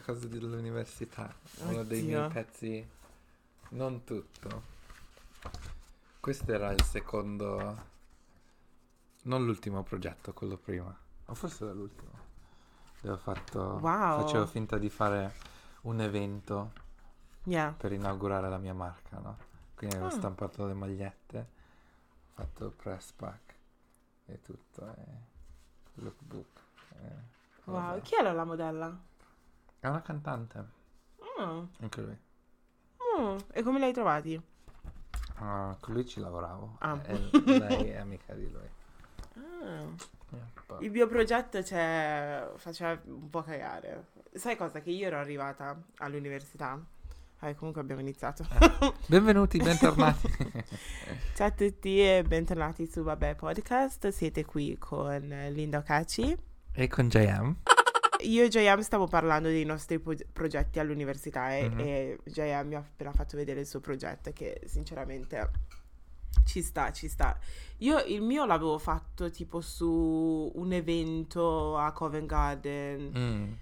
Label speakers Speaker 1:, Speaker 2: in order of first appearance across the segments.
Speaker 1: cose dell'università. Uno dei miei pezzi, non tutto. Questo era il secondo, non l'ultimo progetto, quello prima. O forse era l'ultimo. Facevo finta di fare un evento per inaugurare la mia marca, no? Quindi avevo stampato le magliette, ho fatto il press pack e tutto, e lookbook.
Speaker 2: Wow, chi era la modella?
Speaker 1: È una cantante. Anche lui.
Speaker 2: E come li hai trovati?
Speaker 1: Con lui ci lavoravo. Lei è amica di lui.
Speaker 2: Il mio progetto faceva un po' cagare. Sai cosa? Che io ero arrivata all'università. Comunque abbiamo iniziato.
Speaker 1: Benvenuti, bentornati.
Speaker 2: Ciao a tutti e bentornati su Vabbè Podcast. Siete qui con Linda Ocaci
Speaker 1: e con JM.
Speaker 2: Io e JM stavo parlando dei nostri progetti all'università e JM mi ha appena fatto vedere il suo progetto che sinceramente ci sta. Io il mio l'avevo fatto tipo su un evento a Covent Garden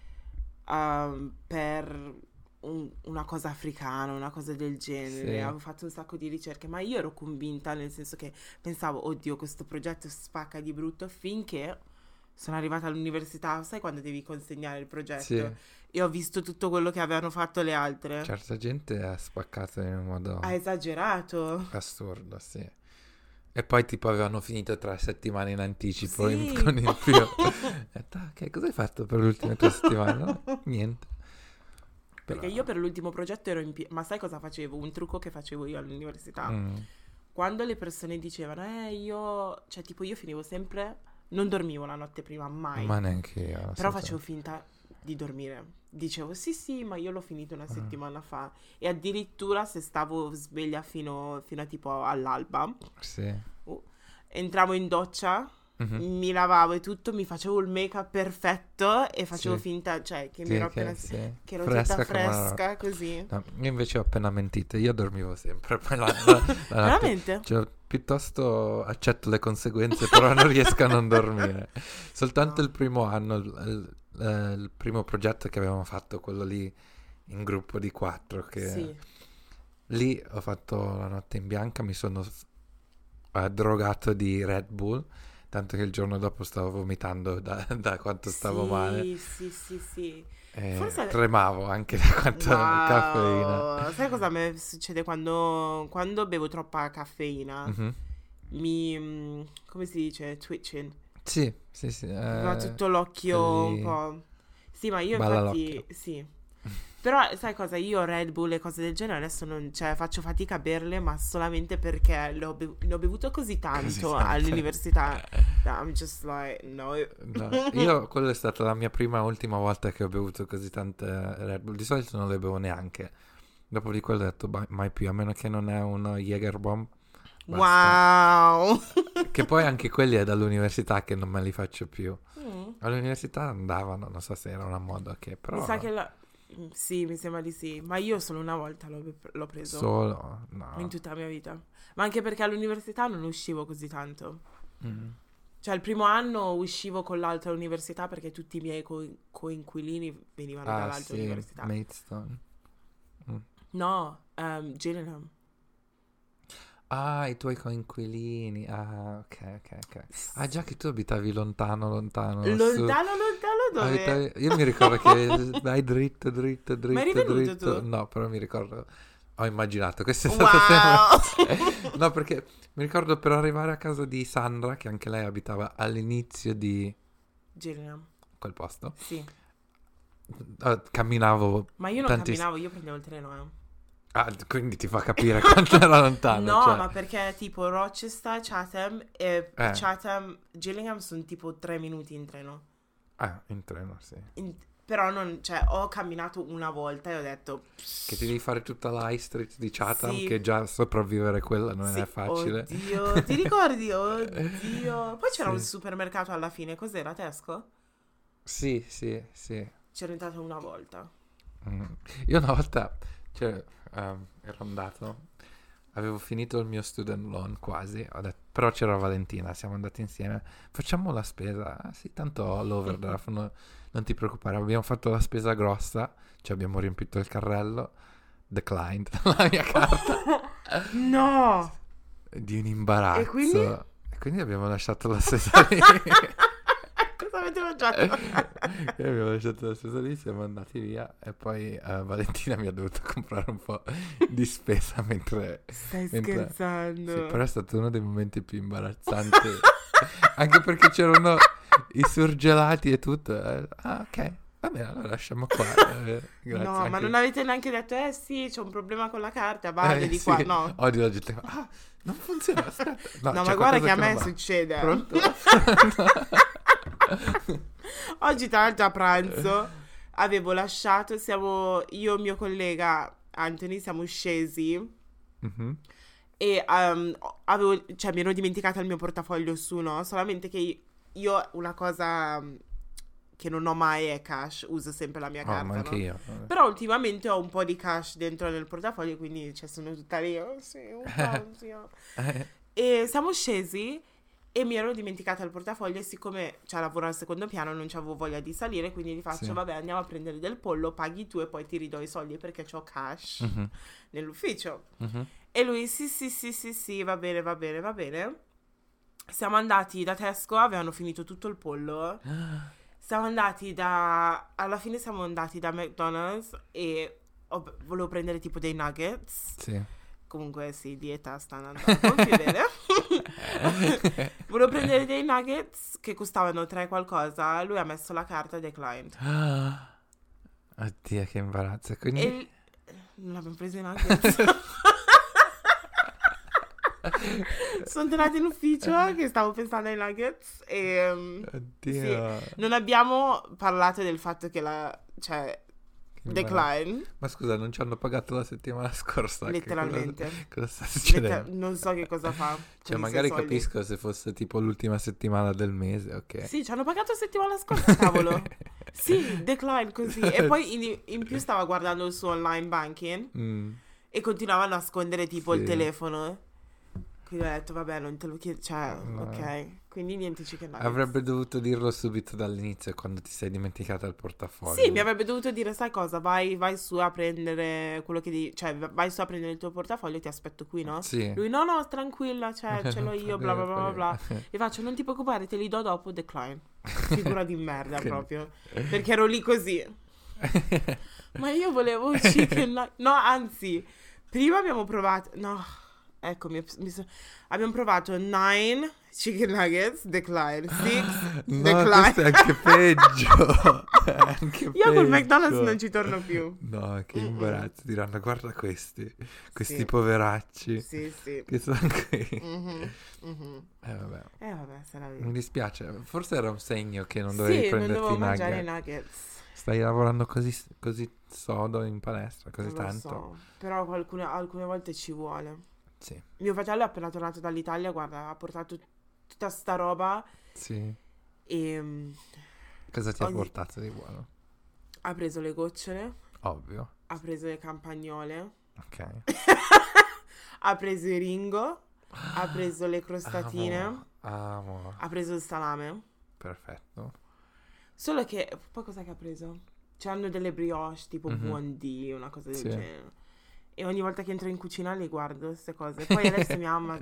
Speaker 2: per una cosa africana, una cosa del genere.
Speaker 1: Sì.
Speaker 2: Avevo fatto un sacco di ricerche, ma io ero convinta, nel senso che pensavo, oddio, questo progetto spacca di brutto, finché sono arrivata all'università. Sai quando devi consegnare il progetto?
Speaker 1: Sì.
Speaker 2: E ho visto tutto quello che avevano fatto le altre.
Speaker 1: Certa gente ha spaccato in un modo...
Speaker 2: Ha esagerato.
Speaker 1: Assurdo, sì. E poi tipo avevano finito 3 settimane in anticipo
Speaker 2: Sì.
Speaker 1: con il più. Che cosa hai fatto per le ultime 3 settimane? No? Niente.
Speaker 2: Perché io per l'ultimo progetto ero ma sai cosa facevo? Un trucco che facevo io all'università. Quando le persone dicevano io finivo sempre, non dormivo la notte prima, mai.
Speaker 1: Ma neanche io.
Speaker 2: Però facevo finta di dormire. Dicevo sì, ma io l'ho finito una settimana fa. E addirittura se stavo sveglia fino a tipo all'alba,
Speaker 1: sì.
Speaker 2: Entravo in doccia, mi lavavo e tutto, mi facevo il make-up perfetto e facevo finta, cioè, che mi ero appena che ero tutta fresca, così.
Speaker 1: No, io invece ho appena mentito, io dormivo sempre.
Speaker 2: Veramente?
Speaker 1: Cioè, piuttosto accetto le conseguenze, però non riesco a non dormire. Soltanto il primo anno, il primo progetto che avevamo fatto, quello lì in gruppo di 4, che lì ho fatto la notte in bianca, mi sono drogato di Red Bull, tanto che il giorno dopo stavo vomitando da quanto stavo male.
Speaker 2: Sì.
Speaker 1: Forse tremavo anche da quanta caffeina.
Speaker 2: Sai cosa mi succede quando bevo troppa caffeina? Come si dice? Twitching.
Speaker 1: Sì.
Speaker 2: Va tutto l'occhio un po'. Sì, ma io infatti
Speaker 1: l'occhio.
Speaker 2: sì. Però sai cosa? Io Red Bull e cose del genere adesso non, cioè, faccio fatica a berle, ma solamente perché ne ho bevuto così tanto all'università. I'm just like, no.
Speaker 1: Io, quella è stata la mia prima e ultima volta che ho bevuto così tante Red Bull. Di solito non le bevo neanche. Dopo di quello ho detto, mai più, a meno che non è uno Jägerbomb.
Speaker 2: Wow!
Speaker 1: Che poi anche quelli è dall'università che non me li faccio più. All'università andavano, non so se era una moda che però...
Speaker 2: Mi sa che sì, mi sembra di sì. Ma io solo una volta l'ho preso.
Speaker 1: Solo? No.
Speaker 2: In tutta la mia vita. Ma anche perché all'università non uscivo così tanto. Cioè il primo anno uscivo con l'altra università perché tutti i miei coinquilini venivano dall'altra università.
Speaker 1: Maidstone.
Speaker 2: No, Gillingham.
Speaker 1: I tuoi coinquilini. Ok. Già che tu abitavi lontano.
Speaker 2: Lontano dove?
Speaker 1: Io mi ricordo che vai dritto.
Speaker 2: Ma eri venuto tu?
Speaker 1: No, però mi ricordo. Ho immaginato, questo è stato sempre... No, perché mi ricordo per arrivare a casa di Sandra, che anche lei abitava all'inizio di
Speaker 2: Gillingham.
Speaker 1: quel posto.
Speaker 2: Sì.
Speaker 1: Camminavo.
Speaker 2: Ma io non camminavo, io prendevo il treno.
Speaker 1: Quindi ti fa capire quanto era lontano.
Speaker 2: No,
Speaker 1: cioè.
Speaker 2: ma perché tipo Rochester, Chatham e Chatham, Gillingham sono tipo 3 minuti in treno.
Speaker 1: In treno, sì.
Speaker 2: Però non, cioè, ho camminato una volta e ho detto...
Speaker 1: Che ti devi fare tutta l'High Street di Chatham, che già sopravvivere quella non è facile.
Speaker 2: Oddio, ti ricordi? Oddio. Poi c'era un supermercato alla fine, cos'era, Tesco?
Speaker 1: Sì.
Speaker 2: C'ero entrato una volta.
Speaker 1: Io una volta, ero andato, avevo finito il mio student loan quasi, ho detto, Però c'era Valentina, siamo andati insieme. Facciamo la spesa. Ah, sì, tanto ho l'overdraft, non ti preoccupare. Abbiamo fatto la spesa grossa, cioè abbiamo riempito il carrello. Declined la mia carta.
Speaker 2: No!
Speaker 1: Di un imbarazzo.
Speaker 2: E quindi?
Speaker 1: E quindi abbiamo lasciato la spesa lì.
Speaker 2: Cosa avete mangiato?
Speaker 1: E abbiamo lasciato la spesa lì, siamo andati via. E poi Valentina mi ha dovuto comprare un po' di spesa mentre...
Speaker 2: Stai scherzando?
Speaker 1: Sì, però è stato uno dei momenti più imbarazzanti. Anche perché c'erano i surgelati e tutto. Ah, ok. Va bene, allora lasciamo qua. Grazie.
Speaker 2: No,
Speaker 1: anche...
Speaker 2: ma non avete neanche detto, sì, c'è un problema con la carta, vai di qua.
Speaker 1: Sì.
Speaker 2: No.
Speaker 1: Oggi la gente non funziona, aspetta.
Speaker 2: No, ma guarda che a me succede.
Speaker 1: Pronto?
Speaker 2: Oggi tra l'altro a pranzo avevo lasciato, io e il mio collega Anthony siamo scesi e mi ero dimenticata il mio portafoglio su, no? Solamente che io una cosa che non ho mai è cash, uso sempre la mia carta,
Speaker 1: ma anche
Speaker 2: no?
Speaker 1: io.
Speaker 2: Però ultimamente ho un po' di cash dentro nel portafoglio, quindi sono tutta lì, sì, un po', sì. E siamo scesi e mi ero dimenticata il portafoglio e siccome lavoro al secondo piano non avevo voglia di salire, quindi gli faccio, vabbè, andiamo a prendere del pollo, paghi tu e poi ti ridò i soldi perché c'ho cash nell'ufficio. E lui, sì, va bene. Siamo andati da Tesco, avevano finito tutto il pollo. Alla fine siamo andati da McDonald's e volevo prendere tipo dei nuggets.
Speaker 1: Sì.
Speaker 2: Comunque sì, dieta sta andando un po' più bene. Volevo prendere dei nuggets che costavano 3 qualcosa. Lui ha messo la carta declined.
Speaker 1: Oddio, che imbarazzo. Quindi...
Speaker 2: E non abbiamo preso i nuggets. Sono tornata in ufficio che stavo pensando ai nuggets e
Speaker 1: Oddio.
Speaker 2: sì, non abbiamo parlato del fatto che decline.
Speaker 1: Ma scusa, non ci hanno pagato la settimana scorsa?
Speaker 2: Letteralmente.
Speaker 1: Cosa sta succedendo?
Speaker 2: Non so che cosa fa.
Speaker 1: Cioè, magari capisco se fosse tipo l'ultima settimana del mese, ok.
Speaker 2: Sì, ci hanno pagato la settimana scorsa, cavolo. Sì, decline così. E poi in più stava guardando il suo online banking e continuava a nascondere tipo il telefono. Quindi ho detto, vabbè, non te lo chiedo, ok. Quindi niente chicken nuggets.
Speaker 1: Avrebbe dovuto dirlo subito dall'inizio quando ti sei dimenticata il portafoglio.
Speaker 2: Sì, mi avrebbe dovuto dire, sai cosa, vai su a prendere quello che vai su a prendere il tuo portafoglio e ti aspetto qui, no?
Speaker 1: Sì.
Speaker 2: Lui, no, tranquilla, ce l'ho io, bla bla bla bla. E faccio, non ti preoccupare, te li do dopo, decline. Figura di merda proprio. Perché ero lì così. Ma io volevo chicken nuggets. No, anzi, prima abbiamo provato, ecco, abbiamo provato 9 chicken nuggets, decline, 6 decline.
Speaker 1: Questo è anche peggio.
Speaker 2: Io col McDonald's non ci torno più.
Speaker 1: No, che imbarazzo. Diranno, guarda questi poveracci.
Speaker 2: Sì.
Speaker 1: Che sono qui.
Speaker 2: Vabbè, se la vedi.
Speaker 1: Mi dispiace. Forse era un segno che non dovevi prenderti
Speaker 2: non dovevo
Speaker 1: i
Speaker 2: mangiare i nuggets.
Speaker 1: Stai lavorando così sodo in palestra, così
Speaker 2: Non lo
Speaker 1: tanto.
Speaker 2: so, però alcune volte ci vuole.
Speaker 1: Sì.
Speaker 2: Mio fratello è appena tornato dall'Italia, guarda, ha portato tutta sta roba.
Speaker 1: Sì.
Speaker 2: E
Speaker 1: cosa ti ha portato di buono?
Speaker 2: Ha preso le gocciole.
Speaker 1: Ovvio.
Speaker 2: Ha preso le campagnole.
Speaker 1: Ok.
Speaker 2: Ha preso i Ringo. Ha preso le crostatine.
Speaker 1: Amo.
Speaker 2: Ha preso il salame.
Speaker 1: Perfetto.
Speaker 2: Solo che poi cos'è che ha preso? C'hanno delle brioche tipo buondì, una cosa del genere. E ogni volta che entro in cucina li guardo queste cose. Poi adesso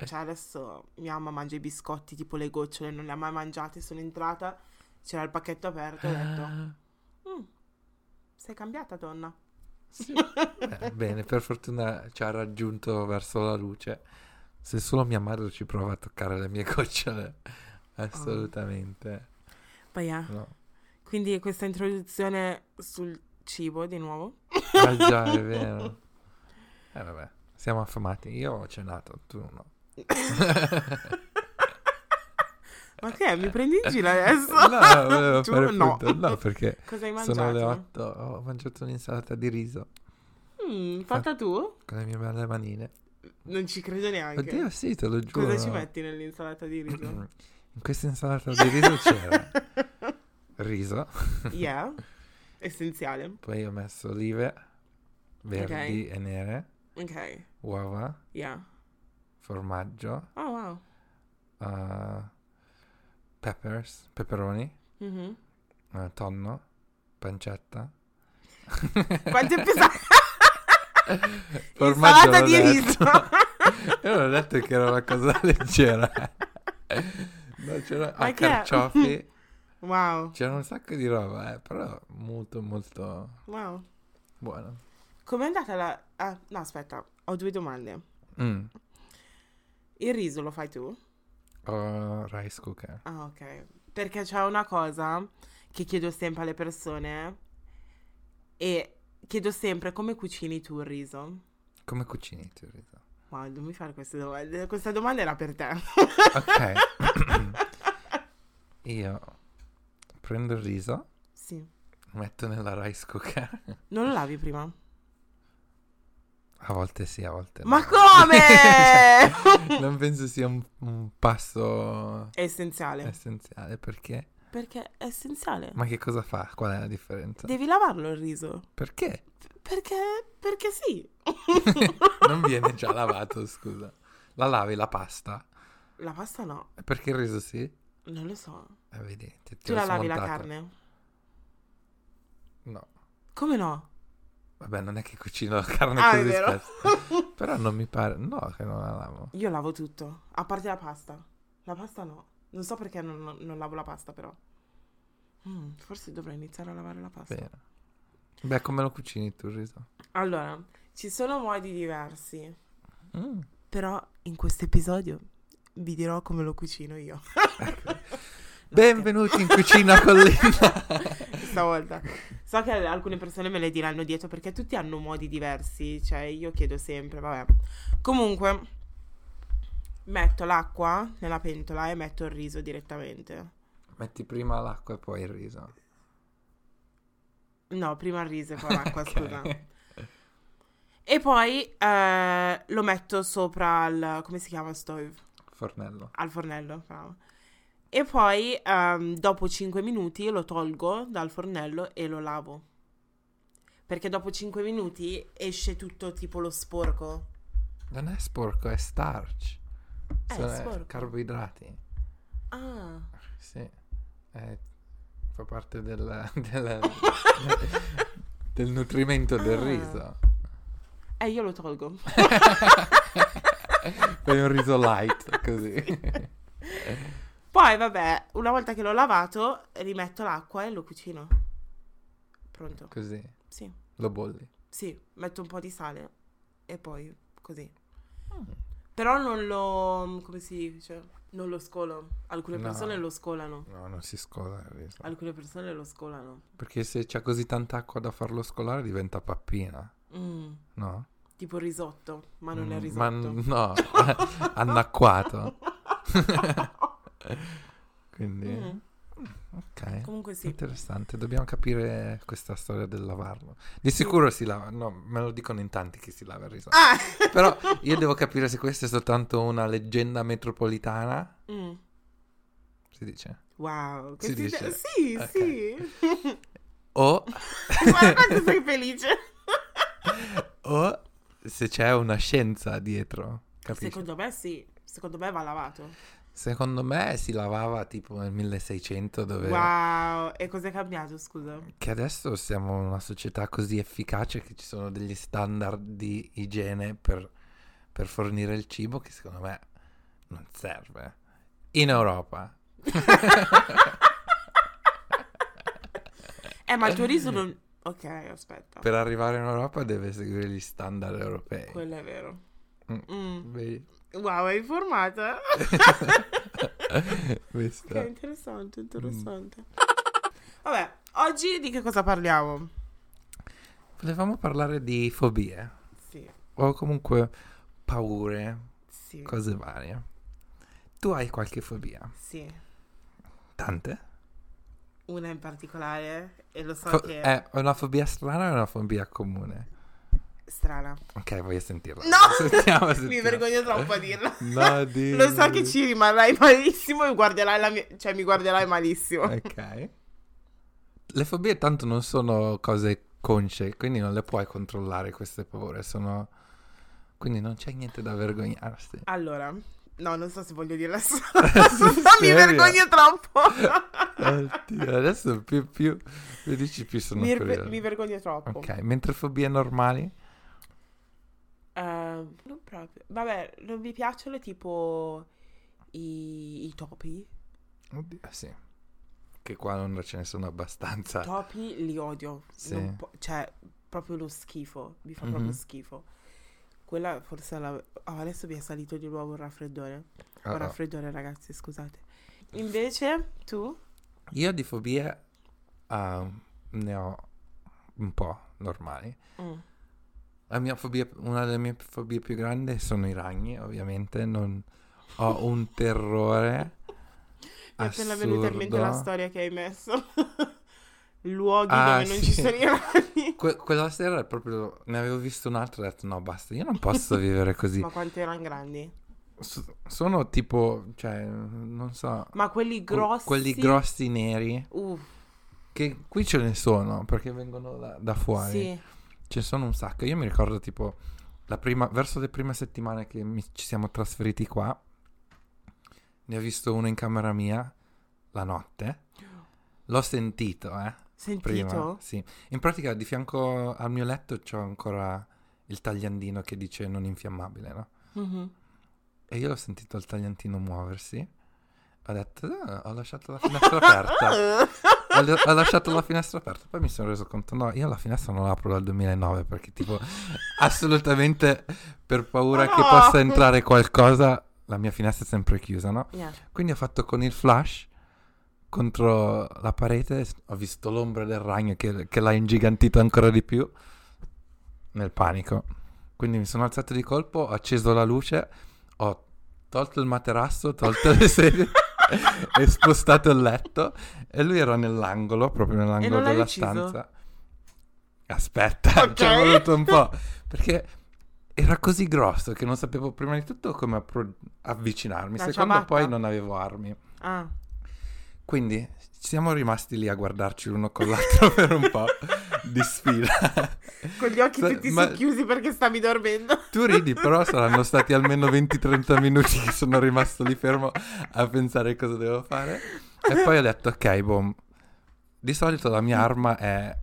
Speaker 2: mia mamma mangia i biscotti, tipo le gocciole, non le ha mai mangiate. Sono entrata, c'era il pacchetto aperto e ho detto, sei cambiata, donna?
Speaker 1: Sì. Bene, per fortuna ci ha raggiunto verso la luce. Se solo mia madre ci prova a toccare le mie gocciole, assolutamente.
Speaker 2: No. Quindi questa introduzione sul cibo di nuovo.
Speaker 1: Ah già, è vero. Vabbè, siamo affamati. Io ho cenato, tu no.
Speaker 2: Ma che? Mi prendi in giro adesso?
Speaker 1: No, volevo
Speaker 2: tu
Speaker 1: fare
Speaker 2: no.
Speaker 1: punto. No, perché
Speaker 2: cosa hai mangiato?
Speaker 1: sono le 8. Ho mangiato un'insalata di riso.
Speaker 2: Fatta tu?
Speaker 1: Con le mie belle manine.
Speaker 2: Non ci credo neanche.
Speaker 1: Oddio, sì, te lo giuro.
Speaker 2: Cosa ci metti nell'insalata di riso?
Speaker 1: In questa insalata di riso c'era riso.
Speaker 2: Yeah. Essenziale.
Speaker 1: Poi ho messo olive verdi e nere.
Speaker 2: Ok.
Speaker 1: Uova.
Speaker 2: Yeah.
Speaker 1: Formaggio.
Speaker 2: Oh wow.
Speaker 1: peperoni,
Speaker 2: Mhm.
Speaker 1: tonno, pancetta.
Speaker 2: Quanto è pesante?
Speaker 1: Formaggio
Speaker 2: Insalata
Speaker 1: l'ho
Speaker 2: di
Speaker 1: detto.
Speaker 2: riso.
Speaker 1: Io non ho detto che era una cosa leggera. No,
Speaker 2: Ma che è?
Speaker 1: carciofi.
Speaker 2: Wow,
Speaker 1: C'era un sacco di roba, però molto molto
Speaker 2: wow.
Speaker 1: buono.
Speaker 2: Com'è andata la... Ah, no, aspetta, ho 2 domande.
Speaker 1: Mm.
Speaker 2: Il riso lo fai tu?
Speaker 1: Rice cooker.
Speaker 2: Ah, ok. Perché c'è una cosa che chiedo sempre alle persone e chiedo sempre come cucini tu il riso.
Speaker 1: Come cucini tu il riso?
Speaker 2: Wow, non mi fare queste domande. Questa domanda era per te.
Speaker 1: Ok. Io prendo il riso,
Speaker 2: Sì.
Speaker 1: lo metto nella rice cooker.
Speaker 2: Non lo lavi prima?
Speaker 1: A volte sì, a volte no.
Speaker 2: Ma come?
Speaker 1: Non penso sia un passo
Speaker 2: È essenziale.
Speaker 1: essenziale, perché?
Speaker 2: Perché è essenziale.
Speaker 1: Ma che cosa fa? Qual è la differenza?
Speaker 2: Devi lavarlo il riso.
Speaker 1: Perché?
Speaker 2: Perché sì.
Speaker 1: Non viene già lavato, scusa. La lavi la pasta?
Speaker 2: La pasta no.
Speaker 1: Perché il riso sì?
Speaker 2: Non lo so.
Speaker 1: Vedi, ti
Speaker 2: Tu
Speaker 1: ho
Speaker 2: la lavi la
Speaker 1: smontato.
Speaker 2: carne?
Speaker 1: No.
Speaker 2: Come no?
Speaker 1: Vabbè, non è che cucino la carne
Speaker 2: Ah, è
Speaker 1: così
Speaker 2: vero.
Speaker 1: spesso. Però non mi pare... No, che non la lavo.
Speaker 2: Io lavo tutto, a parte la pasta. La pasta no. Non so perché non lavo la pasta, però. Forse dovrei iniziare a lavare la pasta.
Speaker 1: Bene. Beh, come lo cucini tu il riso?
Speaker 2: Allora, ci sono modi diversi,
Speaker 1: Mm.
Speaker 2: però in questo episodio vi dirò come lo cucino io.
Speaker 1: Benvenuti in cucina con Linda.
Speaker 2: Stavolta. So che alcune persone me le diranno dietro perché tutti hanno modi diversi, cioè io chiedo sempre, vabbè. Comunque, metto l'acqua nella pentola e metto il riso direttamente.
Speaker 1: Metti prima l'acqua e poi il riso.
Speaker 2: No, prima il riso e poi l'acqua,
Speaker 1: Ok.
Speaker 2: scusa. E poi lo metto sopra al... come si chiama stove?
Speaker 1: Fornello.
Speaker 2: Al fornello, bravo. E poi dopo 5 minuti lo tolgo dal fornello e lo lavo. Perché dopo 5 minuti esce tutto tipo lo sporco.
Speaker 1: Non è sporco, è starch. Sono
Speaker 2: sporco.
Speaker 1: carboidrati.
Speaker 2: Ah.
Speaker 1: Sì. Fa parte del nutrimento del
Speaker 2: Ah.
Speaker 1: riso.
Speaker 2: Io lo tolgo.
Speaker 1: Fai un riso light, così.
Speaker 2: Poi vabbè, una volta che l'ho lavato, rimetto l'acqua e lo cucino. Pronto?
Speaker 1: Così.
Speaker 2: Sì.
Speaker 1: Lo bolli.
Speaker 2: Sì, metto un po' di sale e poi così. Però non lo... come si dice? Non lo scolo. Alcune
Speaker 1: No.
Speaker 2: persone lo scolano.
Speaker 1: No, non si scola il riso.
Speaker 2: Alcune persone lo scolano.
Speaker 1: Perché se c'è così tanta acqua da farlo scolare diventa pappina, no?
Speaker 2: Tipo risotto, ma non è
Speaker 1: Ma
Speaker 2: risotto.
Speaker 1: no, annacquato. Quindi,
Speaker 2: Mm.
Speaker 1: ok.
Speaker 2: Comunque sì.
Speaker 1: Interessante, dobbiamo capire questa storia del lavarlo. Di sicuro si lava, no, me lo dicono in tanti che si lava il riso.
Speaker 2: Ah!
Speaker 1: Però io devo capire se questa è soltanto una leggenda metropolitana, si dice,
Speaker 2: Wow.
Speaker 1: Si
Speaker 2: questi-
Speaker 1: dice?
Speaker 2: Sì,
Speaker 1: Ok.
Speaker 2: sì.
Speaker 1: o,
Speaker 2: Guarda quanto sei felice.
Speaker 1: o se c'è una scienza dietro, capisci?
Speaker 2: Secondo me sì. Secondo me va lavato.
Speaker 1: Secondo me si lavava tipo nel 1600 dove...
Speaker 2: Wow. E cos'è cambiato, scusa?
Speaker 1: Che adesso siamo in una società così efficace che ci sono degli standard di igiene per fornire il cibo che secondo me non serve. In Europa.
Speaker 2: Ma il tuo riso non... Ok, aspetta.
Speaker 1: Per arrivare in Europa deve seguire gli standard europei.
Speaker 2: Quello è vero.
Speaker 1: Vedi?
Speaker 2: Wow, è informata.
Speaker 1: Questa.
Speaker 2: Ok, interessante, interessante. Vabbè, oggi di che cosa parliamo?
Speaker 1: Volevamo parlare di fobie
Speaker 2: Sì,
Speaker 1: o comunque paure,
Speaker 2: sì,
Speaker 1: cose varie. Tu hai qualche fobia?
Speaker 2: sì.
Speaker 1: Tante?
Speaker 2: Una in particolare, e lo so che
Speaker 1: È una fobia strana o una fobia comune?
Speaker 2: strana.
Speaker 1: Ok, voglio sentirla.
Speaker 2: No!
Speaker 1: Sentiamo.
Speaker 2: Mi vergogno troppo a dirla.
Speaker 1: No,
Speaker 2: Lo so che ci rimarrai malissimo e guarderai cioè mi guarderai malissimo.
Speaker 1: Ok. Le fobie tanto non sono cose consce, quindi non le puoi controllare queste paure, quindi non c'è niente da vergognarsi.
Speaker 2: Allora, No, non so se voglio dire adesso.
Speaker 1: Sul
Speaker 2: Mi
Speaker 1: serio?
Speaker 2: vergogno troppo.
Speaker 1: Oddio, adesso più lo dici più sono curioso.
Speaker 2: Mi vergogno troppo.
Speaker 1: Ok, mentre fobie normali?
Speaker 2: Non proprio. Vabbè, non mi piacciono tipo i topi.
Speaker 1: Oddio, sì. Che qua non ce ne sono abbastanza.
Speaker 2: Topi li odio.
Speaker 1: Sì.
Speaker 2: Cioè, proprio lo schifo. Mi fa
Speaker 1: Mhm.
Speaker 2: proprio schifo. Quella forse è la... Oh, adesso mi è salito di nuovo il raffreddore.
Speaker 1: Oh, oh.
Speaker 2: Raffreddore, ragazzi, scusate. Invece, tu?
Speaker 1: Io di fobie ne ho un po' normali.
Speaker 2: Mm.
Speaker 1: Una delle mie fobie più grandi sono i ragni, ovviamente. Non ho un terrore
Speaker 2: Mi è appena venuta in mente la
Speaker 1: assurdo.
Speaker 2: storia che hai messo. Luoghi
Speaker 1: Ah,
Speaker 2: dove non
Speaker 1: sì.
Speaker 2: ci sono i ragni.
Speaker 1: Quella sera proprio ne avevo visto un'altra e ho detto no, basta, io non posso vivere così.
Speaker 2: Ma quanto erano grandi?
Speaker 1: Sono tipo, cioè, non so,
Speaker 2: Ma quelli grossi?
Speaker 1: quelli grossi neri,
Speaker 2: Uff,
Speaker 1: che qui ce ne sono perché vengono da fuori.
Speaker 2: sì.
Speaker 1: Ce ne sono un sacco. Io mi ricordo tipo verso le prime settimane che ci siamo trasferiti qua, ne ho visto uno in camera mia la notte. L'ho sentito,
Speaker 2: Sentito?
Speaker 1: prima. Sì. In pratica di fianco al mio letto c'ho ancora il tagliandino che dice non infiammabile, no?
Speaker 2: Mhm.
Speaker 1: E io ho sentito il tagliantino muoversi. Ho detto, "Ah, ho lasciato la finestra aperta. Ho lasciato la finestra aperta. Poi mi sono reso conto, no, io la finestra non la apro dal 2009 perché tipo assolutamente per paura che
Speaker 2: No!
Speaker 1: possa entrare qualcosa, la mia finestra è sempre chiusa, no?
Speaker 2: Yeah.
Speaker 1: Quindi ho fatto con il flash contro la parete, ho visto l'ombra del ragno che l'ha ingigantito ancora di più nel panico. Quindi mi sono alzato di colpo, ho acceso la luce, ho tolto il materasso, tolto le sedie e spostato il letto e lui era nell'angolo, proprio
Speaker 2: E
Speaker 1: nell'angolo
Speaker 2: non l'hai
Speaker 1: della
Speaker 2: ucciso?
Speaker 1: stanza. Aspetta,
Speaker 2: Ok.
Speaker 1: ci è voluto un po', perché era così grosso che non sapevo prima di tutto come avvicinarmi,
Speaker 2: La
Speaker 1: secondo
Speaker 2: ciabatta?
Speaker 1: poi non avevo armi.
Speaker 2: Ah.
Speaker 1: Quindi siamo rimasti lì a guardarci l'uno con l'altro per un po' di sfida.
Speaker 2: Con gli occhi
Speaker 1: Sa-
Speaker 2: tutti
Speaker 1: ma-
Speaker 2: socchiusi perché stavi dormendo.
Speaker 1: Tu ridi, però saranno stati almeno 20-30 minuti che sono rimasto lì fermo a pensare cosa devo fare. E poi ho detto, ok, boh, di solito la mia arma è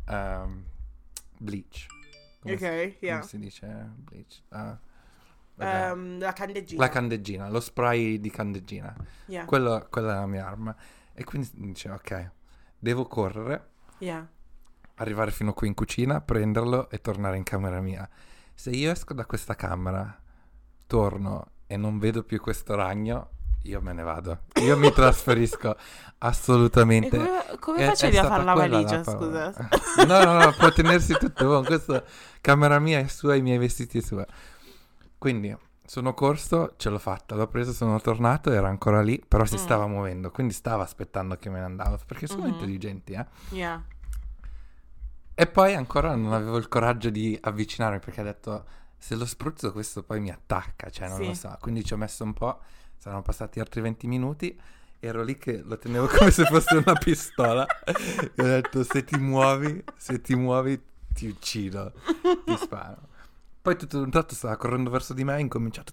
Speaker 1: bleach.
Speaker 2: Ok,
Speaker 1: Come
Speaker 2: yeah.
Speaker 1: si dice? Bleach. Vabbè.
Speaker 2: La candeggina.
Speaker 1: La candeggina, lo spray di candeggina.
Speaker 2: Yeah.
Speaker 1: Quella è la mia arma. E quindi dicevo, ok, devo correre,
Speaker 2: Yeah.
Speaker 1: arrivare fino qui in cucina, prenderlo e tornare in camera mia. Se io esco da questa camera, torno e non vedo più questo ragno, io me ne vado. Io mi trasferisco
Speaker 2: E
Speaker 1: assolutamente.
Speaker 2: come
Speaker 1: È
Speaker 2: facevi a
Speaker 1: stata
Speaker 2: fare la
Speaker 1: quella
Speaker 2: valigia,
Speaker 1: paura.
Speaker 2: scusa?
Speaker 1: No, può tenersi tutto. Boh, questa camera mia è sua, i miei vestiti è sua. Quindi sono corso, ce l'ho fatta, l'ho preso, sono tornato, era ancora lì, però si stava muovendo, quindi stava aspettando che me ne andavo, perché sono intelligenti,
Speaker 2: Yeah.
Speaker 1: E poi ancora non avevo il coraggio di avvicinarmi, perché ho detto, se lo spruzzo questo poi mi attacca, cioè non
Speaker 2: Sì.
Speaker 1: lo so. Quindi ci ho messo un po', saranno passati altri 20 minuti, ero lì che lo tenevo come se fosse una pistola, e ho detto, se ti muovi, ti uccido, ti sparo. Poi tutto d'un tratto stava correndo verso di me e ha incominciato,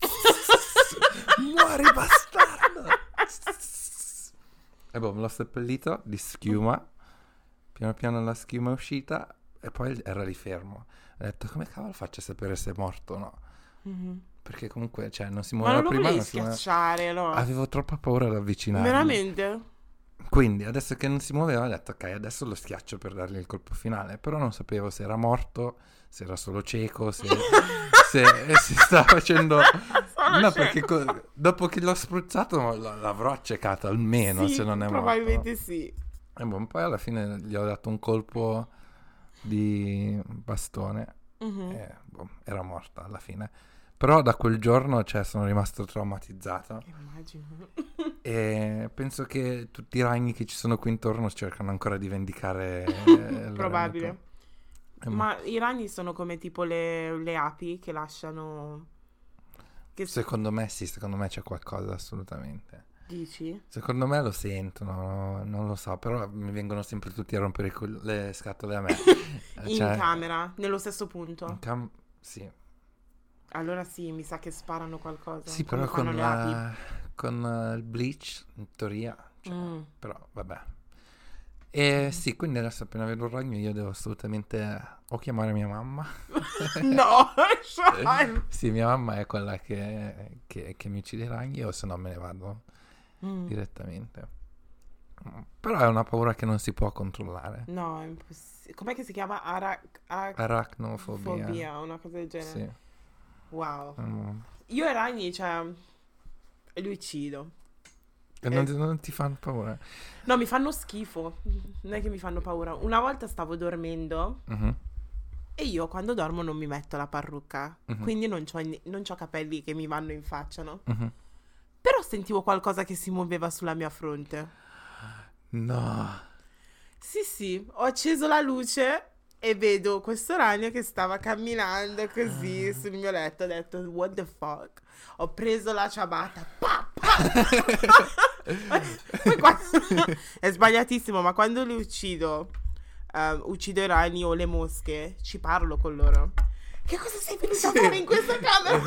Speaker 1: muori bastardo! E boh, me l'ho seppellito di schiuma, piano piano la schiuma è uscita e poi era lì fermo. Ho detto, come cavolo faccio a sapere se è morto o no?
Speaker 2: Mhm.
Speaker 1: Perché comunque, cioè, non si
Speaker 2: Ma
Speaker 1: muoveva
Speaker 2: non lo
Speaker 1: prima,
Speaker 2: volevi
Speaker 1: non si muoveva.
Speaker 2: schiacciare, no?
Speaker 1: Avevo troppa paura ad avvicinarmi.
Speaker 2: Veramente?
Speaker 1: Quindi, adesso che non si muoveva, ho detto, ok, adesso lo schiaccio per dargli il colpo finale. Però non sapevo se era morto, se era solo cieco, se si stava facendo...
Speaker 2: Sono
Speaker 1: No,
Speaker 2: cieco.
Speaker 1: perché dopo che l'ho spruzzato l'avrò accecato almeno,
Speaker 2: Sì,
Speaker 1: se non è morto.
Speaker 2: probabilmente sì.
Speaker 1: E boh, poi alla fine gli ho dato un colpo di bastone
Speaker 2: Mhm.
Speaker 1: e boh, era morta alla fine. Però da quel giorno, cioè, sono rimasto traumatizzato
Speaker 2: Immagino.
Speaker 1: e penso che tutti i ragni che ci sono qui intorno cercano ancora di vendicare il loro
Speaker 2: Probabile.
Speaker 1: amico.
Speaker 2: Ma i ragni sono come tipo le api che lasciano... Che
Speaker 1: Secondo me sì, secondo me c'è qualcosa assolutamente.
Speaker 2: dici?
Speaker 1: Secondo me lo sentono, non lo so, però mi vengono sempre tutti a rompere le scatole a me.
Speaker 2: In
Speaker 1: Cioè,
Speaker 2: camera, nello stesso punto.
Speaker 1: sì.
Speaker 2: Allora sì, mi sa che sparano qualcosa.
Speaker 1: Sì,
Speaker 2: come
Speaker 1: però
Speaker 2: fanno le api.
Speaker 1: con il bleach, in teoria, cioè,
Speaker 2: Mm.
Speaker 1: però vabbè. E sì, quindi adesso appena vedo un ragno io devo assolutamente o chiamare mia mamma.
Speaker 2: No, Sean.
Speaker 1: Sì, mia mamma è quella che mi uccide i ragni o se no me ne vado
Speaker 2: Mm.
Speaker 1: direttamente. Però è una paura che non si può controllare.
Speaker 2: No, è com'è che si chiama?
Speaker 1: Aracnofobia.
Speaker 2: Fobia, una cosa del genere.
Speaker 1: Sì.
Speaker 2: Wow.
Speaker 1: Mm.
Speaker 2: Io i ragni, cioè, li uccido.
Speaker 1: E non ti fanno paura?
Speaker 2: No, mi fanno schifo. Non è che mi fanno paura. Una volta stavo dormendo
Speaker 1: Mhm,
Speaker 2: e io quando dormo non mi metto la parrucca.
Speaker 1: mhm,
Speaker 2: Quindi non c'ho capelli che mi vanno in faccia, no?
Speaker 1: mhm.
Speaker 2: Però sentivo qualcosa che si muoveva sulla mia fronte.
Speaker 1: No.
Speaker 2: Sì, sì, ho acceso la luce e vedo questo ragno che stava camminando così sul mio letto. Ho detto, what the fuck? Ho preso la ciabatta. Pa, pa. Poi è sbagliatissimo, ma quando li uccido i ragni o le mosche, ci parlo con loro. Che cosa sei venuta a fare in questa camera?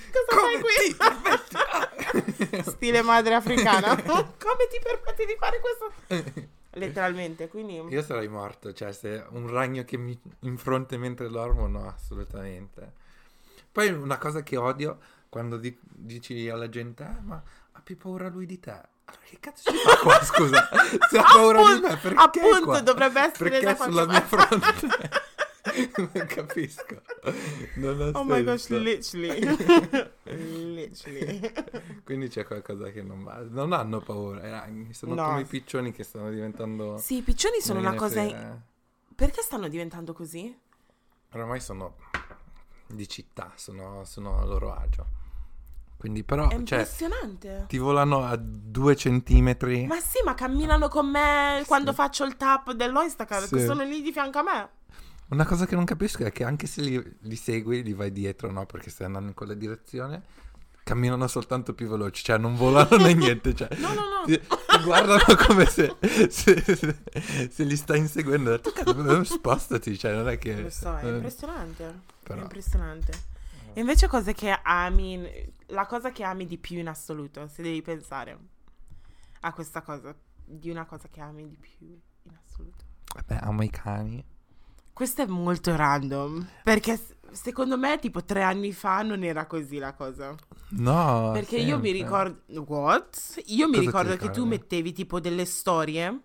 Speaker 2: Cosa fai qui? Stile madre africana. Come ti permetti di fare questo? Letteralmente, quindi...
Speaker 1: Io sarei morto, cioè se un ragno che mi infronte mentre dormo, no, assolutamente. Poi una cosa che odio, quando dici alla gente, ma ha più paura lui di te. Allora che cazzo ci fa qua, scusa? Se ha paura di me, perché
Speaker 2: appunto,
Speaker 1: qua?
Speaker 2: dovrebbe essere
Speaker 1: Perché
Speaker 2: da
Speaker 1: sulla
Speaker 2: qualche
Speaker 1: mia fronte? Non capisco. Non ha
Speaker 2: Oh my gosh,
Speaker 1: senso.
Speaker 2: literally. Literally.
Speaker 1: Quindi c'è qualcosa che non va. Non hanno paura i ragni, sono
Speaker 2: No.
Speaker 1: come i piccioni che stanno diventando...
Speaker 2: Sì, i piccioni sono
Speaker 1: non
Speaker 2: una
Speaker 1: gliene
Speaker 2: cosa...
Speaker 1: frega.
Speaker 2: Perché stanno diventando così?
Speaker 1: Oramai sono di città, sono a loro agio. Quindi però,
Speaker 2: È
Speaker 1: cioè,
Speaker 2: impressionante.
Speaker 1: ti volano a 2 centimetri.
Speaker 2: Ma sì, ma camminano con me quando faccio il tap dell'Oystacar,
Speaker 1: Sì.
Speaker 2: che sono lì di fianco a me.
Speaker 1: Una cosa che non capisco è che anche se li segui, li vai dietro, no? Perché stai andando in quella direzione, camminano soltanto più veloci, cioè non volano né niente. Cioè,
Speaker 2: No.
Speaker 1: ti guardano come se li stai inseguendo. Tu cazzo, spostati, cioè non è che...
Speaker 2: Lo so, è impressionante.
Speaker 1: Però.
Speaker 2: È impressionante. E invece cose che ami, la cosa che ami di più in assoluto, se devi pensare a questa cosa, di una cosa che ami di più in assoluto.
Speaker 1: Vabbè, amo i cani.
Speaker 2: Questo è molto random, perché secondo me tipo 3 anni fa non era così la cosa.
Speaker 1: No,
Speaker 2: Perché io mi
Speaker 1: sempre.
Speaker 2: ricordo... What? Io mi
Speaker 1: Cosa ti
Speaker 2: ricordo che tu
Speaker 1: ricordi?
Speaker 2: mettevi tipo delle storie,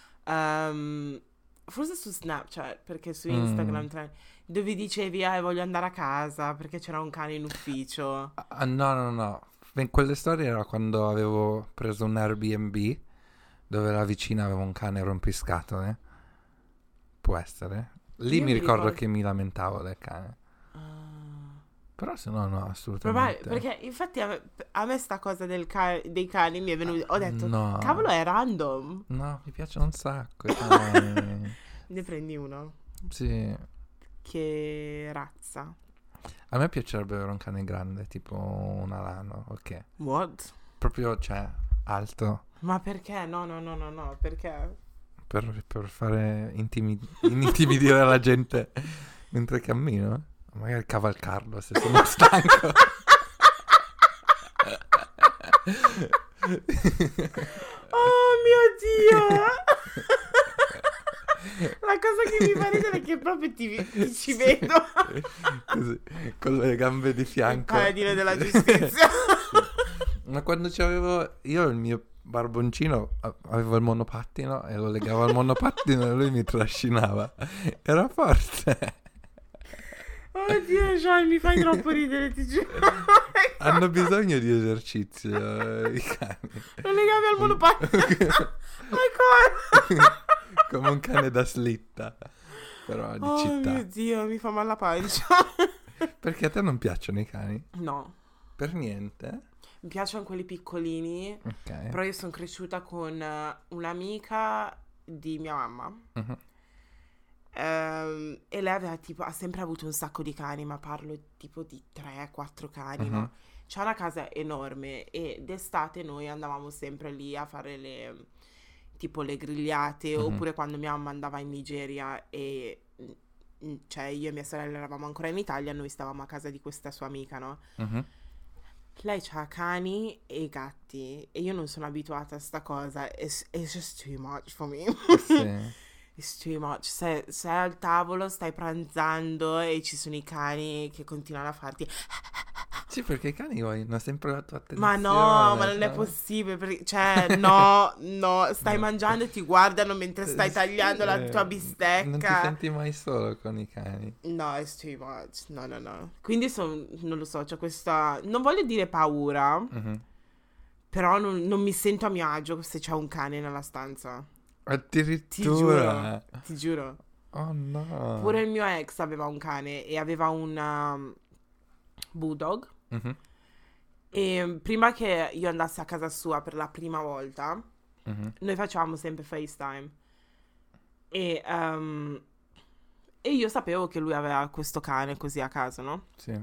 Speaker 2: forse su Snapchat, perché su Instagram, dove dicevi, voglio andare a casa perché c'era un cane in ufficio.
Speaker 1: No. Quelle storie era quando avevo preso un Airbnb dove la vicina aveva un cane rompiscatole. Può essere. Lì
Speaker 2: Io
Speaker 1: mi
Speaker 2: mi
Speaker 1: ricordo
Speaker 2: ricordo-
Speaker 1: che mi lamentavo del cane.
Speaker 2: Ah.
Speaker 1: Però se no, assolutamente.
Speaker 2: Perché infatti a me sta cosa dei cani mi è venuta. Ho detto,
Speaker 1: No.
Speaker 2: cavolo, è random.
Speaker 1: No, mi piacciono un sacco i cani.
Speaker 2: Ne prendi uno.
Speaker 1: Sì.
Speaker 2: Che razza?
Speaker 1: A me piacerebbe avere un cane grande, tipo un alano, ok.
Speaker 2: What?
Speaker 1: Proprio, cioè, alto.
Speaker 2: Ma perché? No, perché?
Speaker 1: Per fare intimidire la gente mentre cammino. Magari cavalcarlo se sono stanco.
Speaker 2: Oh mio Dio! La cosa che mi fa ridere è che proprio ti ci vedo.
Speaker 1: Così, con le gambe di
Speaker 2: Il
Speaker 1: fianco.
Speaker 2: paladino della giustizia.
Speaker 1: Ma quando c'avevo io il mio barboncino, avevo il monopattino e lo legavo al monopattino e lui mi trascinava. Era forte.
Speaker 2: Oddio, Sean, mi fai troppo ridere, ti giuro.
Speaker 1: Hanno bisogno di esercizio i cani.
Speaker 2: Lo legavi al monopattino. Ancora.
Speaker 1: Come un cane da slitta. Però di
Speaker 2: Oh
Speaker 1: città.
Speaker 2: mio Dio, mi fa male la pancia.
Speaker 1: Perché a te non piacciono i cani?
Speaker 2: No,
Speaker 1: Per niente?
Speaker 2: mi piacciono quelli piccolini.
Speaker 1: Ok.
Speaker 2: Però io sono cresciuta con un'amica di mia mamma.
Speaker 1: Mhm.
Speaker 2: E lei ha sempre avuto un sacco di cani, ma parlo tipo di 3-4 cani, no? C'ha una casa enorme e d'estate noi andavamo sempre lì a fare le grigliate, oppure quando mia mamma andava in Nigeria e cioè io e mia sorella eravamo ancora in Italia, noi stavamo a casa di questa sua amica, no?
Speaker 1: Mhm.
Speaker 2: Lei ha cani e gatti e io non sono abituata a sta cosa. It's just too much for me.
Speaker 1: Sì.
Speaker 2: It's too much. Sei al tavolo, stai pranzando e ci sono i cani che continuano a farti.
Speaker 1: Sì, perché i cani vogliono sempre la tua
Speaker 2: Ma
Speaker 1: attenzione.
Speaker 2: no, ma non è
Speaker 1: no?
Speaker 2: possibile. Cioè, no, stai
Speaker 1: No.
Speaker 2: mangiando e ti guardano mentre stai tagliando la tua
Speaker 1: Non ti
Speaker 2: bistecca.
Speaker 1: senti mai solo con i cani.
Speaker 2: No, it's too much. No. Quindi non lo so, c'è questa. Non voglio dire paura,
Speaker 1: Mhm.
Speaker 2: però non mi sento a mio agio se c'è un cane nella stanza.
Speaker 1: Addirittura.
Speaker 2: Ti giuro.
Speaker 1: Oh no.
Speaker 2: Pure il mio ex aveva un cane e aveva un bulldog.
Speaker 1: Mhm.
Speaker 2: E prima che io andassi a casa sua per la prima volta,
Speaker 1: Mhm.
Speaker 2: noi facevamo sempre FaceTime. E io sapevo che lui aveva questo cane così a casa, no?
Speaker 1: Sì.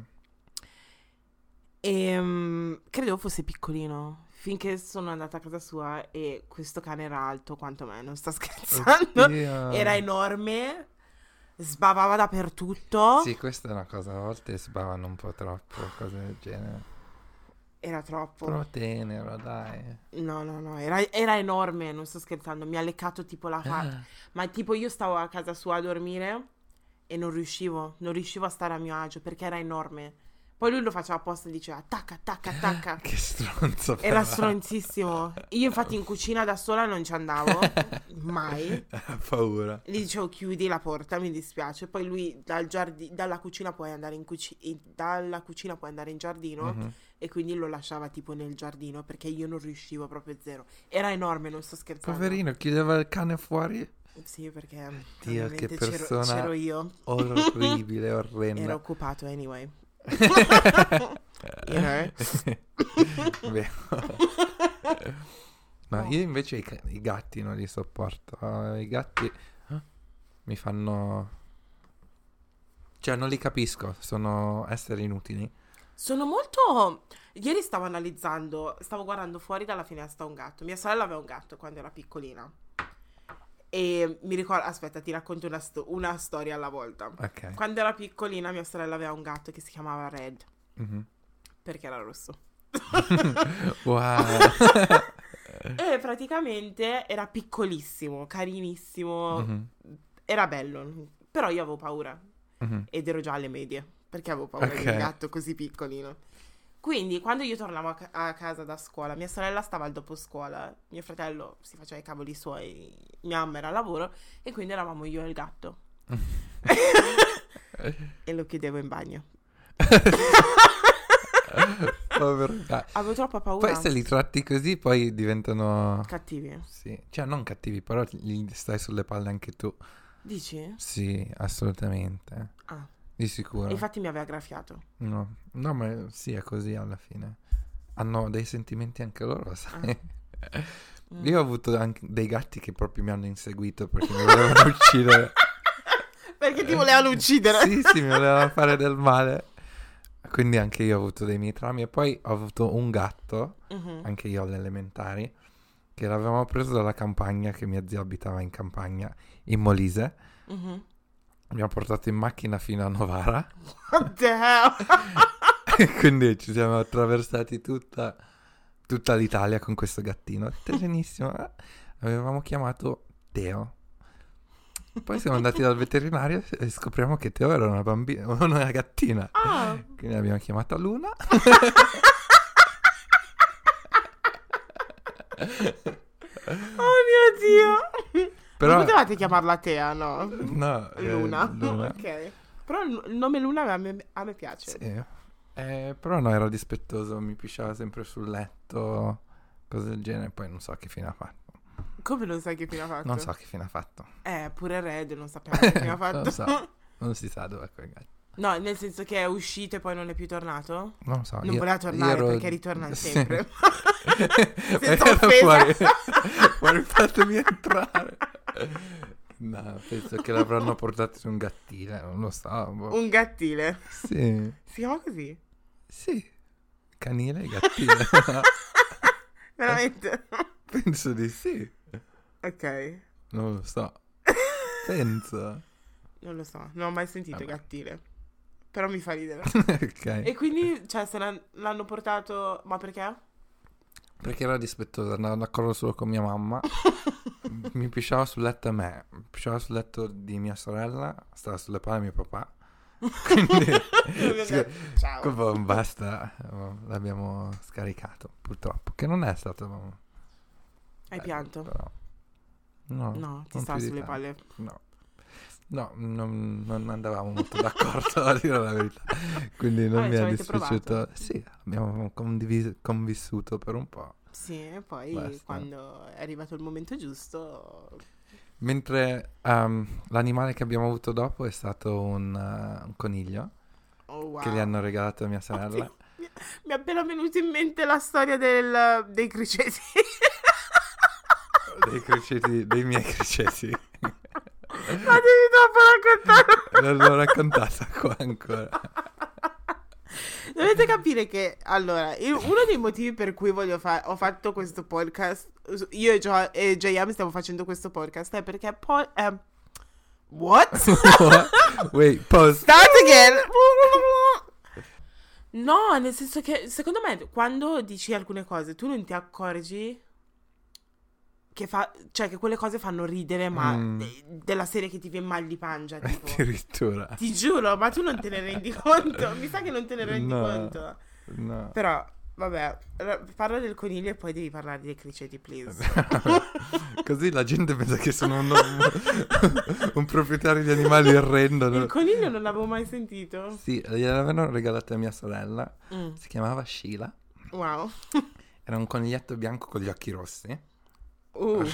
Speaker 2: E credevo fosse piccolino. Finché sono andata a casa sua e questo cane era alto quanto me, non sto scherzando.
Speaker 1: Oddio.
Speaker 2: Era enorme, sbavava dappertutto.
Speaker 1: Sì, questa è una cosa, a volte sbavano un po' troppo, cose del genere.
Speaker 2: Era troppo.
Speaker 1: Però tenero, dai.
Speaker 2: No, era enorme, non sto scherzando. Mi ha leccato tipo la faccia. Ma tipo io stavo a casa sua a dormire e non riuscivo a stare a mio agio perché era enorme. Poi lui lo faceva apposta e diceva attacca.
Speaker 1: Che stronzo.
Speaker 2: Era
Speaker 1: però.
Speaker 2: stronzissimo. Io infatti in cucina da sola non ci andavo, mai.
Speaker 1: Ha paura.
Speaker 2: Gli dicevo chiudi la porta, mi dispiace. Poi lui dalla cucina puoi andare dalla cucina puoi andare in giardino
Speaker 1: Mhm.
Speaker 2: e quindi lo lasciava tipo nel giardino perché io non riuscivo proprio zero. Era enorme, non sto scherzando.
Speaker 1: Poverino, chiudeva il cane fuori.
Speaker 2: Sì, perché
Speaker 1: Dio, che
Speaker 2: ovviamente
Speaker 1: persona
Speaker 2: c'ero io.
Speaker 1: orribile, orrenda.
Speaker 2: Ero occupato anyway. You know?
Speaker 1: Vero. No, io invece i gatti non li sopporto. I gatti mi fanno... Cioè, non li capisco, sono esseri inutili.
Speaker 2: Sono molto... Ieri stavo guardando fuori dalla finestra un gatto. Mia sorella aveva un gatto quando era piccolina. E mi ricordo... Aspetta, ti racconto una storia alla volta.
Speaker 1: Ok.
Speaker 2: Quando era piccolina mia sorella aveva un gatto che si chiamava Red.
Speaker 1: Mhm.
Speaker 2: Perché era rosso.
Speaker 1: Wow.
Speaker 2: E praticamente era piccolissimo, carinissimo.
Speaker 1: Mhm.
Speaker 2: Era bello. Però io avevo paura.
Speaker 1: Mhm.
Speaker 2: Ed ero già alle medie. Perché avevo paura di
Speaker 1: Ok.
Speaker 2: un gatto così piccolino. Quindi quando io tornavo a casa da scuola, mia sorella stava al doposcuola, mio fratello si faceva i cavoli suoi, mia mamma era al lavoro e quindi eravamo io e il gatto. E lo chiudevo in bagno.
Speaker 1: Povero gatto.
Speaker 2: Avevo troppa paura.
Speaker 1: Poi se li tratti così, poi diventano...
Speaker 2: Cattivi.
Speaker 1: Sì. Cioè, non cattivi, però gli stai sulle palle anche tu.
Speaker 2: Dici?
Speaker 1: Sì, assolutamente.
Speaker 2: Ah.
Speaker 1: Di sicuro.
Speaker 2: E infatti mi aveva graffiato.
Speaker 1: No, ma sì, è così alla fine. Hanno dei sentimenti anche loro, sai? Io ho avuto anche dei gatti che proprio mi hanno inseguito perché mi volevano uccidere.
Speaker 2: Perché ti volevano uccidere?
Speaker 1: Sì, mi volevano fare del male. Quindi anche io ho avuto dei miei traumi. E poi ho avuto un gatto,
Speaker 2: Mhm.
Speaker 1: anche io alle elementari, che l'avevamo preso dalla campagna, che mia zia abitava in campagna, in Molise.
Speaker 2: Mhm.
Speaker 1: Abbiamo portato in macchina fino a Novara.
Speaker 2: What the hell?
Speaker 1: Quindi ci siamo attraversati tutta l'Italia con questo gattino. Tenerissimo. Avevamo chiamato Teo. Poi siamo andati dal veterinario e scopriamo che Teo era una bambina, una gattina.
Speaker 2: Ah.
Speaker 1: Quindi l'abbiamo chiamata Luna.
Speaker 2: Oh mio Dio.
Speaker 1: Però...
Speaker 2: Non potevate chiamarla Tea, no?
Speaker 1: No,
Speaker 2: Luna.
Speaker 1: Luna.
Speaker 2: Ok. Però il nome Luna a me piace.
Speaker 1: Sì. Però no, era dispettoso, mi pisciava sempre sul letto, cose del genere. Poi non so che fine ha fatto.
Speaker 2: Come non sai che fine ha fatto?
Speaker 1: Non so che fine ha fatto.
Speaker 2: Pure Red non sappiamo che fine ha fatto.
Speaker 1: Non so. Non si sa dove è quel gatto.
Speaker 2: No, nel senso che è uscito e poi non è più tornato?
Speaker 1: Non lo so.
Speaker 2: Non voleva tornare perché ritorna sempre. Senza
Speaker 1: Era
Speaker 2: offesa.
Speaker 1: fuori, fatemi entrare. No, penso che l'avranno portato su un gattile, non lo so. boh.
Speaker 2: Un gattile.
Speaker 1: Sì,
Speaker 2: Si chiama così?
Speaker 1: sì. Canile e gattile.
Speaker 2: Veramente?
Speaker 1: Penso di sì.
Speaker 2: Ok.
Speaker 1: Non lo so. Penso.
Speaker 2: Non lo so, non ho mai sentito gattile. Però mi fa ridere.
Speaker 1: Ok.
Speaker 2: E quindi, cioè, se l'hanno portato... Ma perché?
Speaker 1: Perché era dispettosa, andavo d'accordo solo con mia mamma. Mi pisciava sul letto a me, mi pisciava sul letto di mia sorella, stava sulle palle mio papà. Quindi
Speaker 2: Ciao.
Speaker 1: basta, l'abbiamo scaricato, purtroppo, che non è stato...
Speaker 2: Hai pianto?
Speaker 1: Però, no,
Speaker 2: No, ti
Speaker 1: non
Speaker 2: stava
Speaker 1: più di
Speaker 2: sulle
Speaker 1: tanto.
Speaker 2: palle.
Speaker 1: No, non andavamo molto d'accordo, a dire la verità. Quindi non
Speaker 2: Vabbè,
Speaker 1: mi
Speaker 2: ci
Speaker 1: è
Speaker 2: avete
Speaker 1: dispiaciuto.
Speaker 2: provato?
Speaker 1: Sì, abbiamo convissuto per un po'.
Speaker 2: Sì, e poi
Speaker 1: Basta.
Speaker 2: quando è arrivato il momento giusto...
Speaker 1: Mentre l'animale che abbiamo avuto dopo è stato un coniglio
Speaker 2: Oh, wow.
Speaker 1: che gli hanno regalato a mia sorella.
Speaker 2: Oddio, mi è appena venuta in mente la storia dei criceti.
Speaker 1: Dei criceti, dei miei criceti.
Speaker 2: Ma devi dopo raccontare.
Speaker 1: Non l'ho raccontata qua ancora.
Speaker 2: Dovete capire che, allora, uno dei motivi per cui ho fatto questo podcast, io e JM stiamo facendo questo podcast, è perché poi... What?
Speaker 1: Wait, pause.
Speaker 2: Start again! No, nel senso che, secondo me, quando dici alcune cose, tu non ti accorgi cioè che quelle cose fanno ridere, ma della serie che ti viene mal di pancia, tipo.
Speaker 1: Addirittura.
Speaker 2: Ti giuro, ma tu non te ne rendi conto? Mi sa che non te ne rendi
Speaker 1: No.
Speaker 2: conto.
Speaker 1: No.
Speaker 2: Però, vabbè, parla del coniglio e poi devi parlare dei criceti, please.
Speaker 1: Così la gente pensa che sono un proprietario di animali orrendo.
Speaker 2: Il coniglio non l'avevo mai sentito.
Speaker 1: Sì, gliel'avevano regalato a mia sorella.
Speaker 2: Mm.
Speaker 1: Si chiamava Sheila.
Speaker 2: Wow.
Speaker 1: Era un coniglietto bianco con gli occhi rossi.
Speaker 2: Come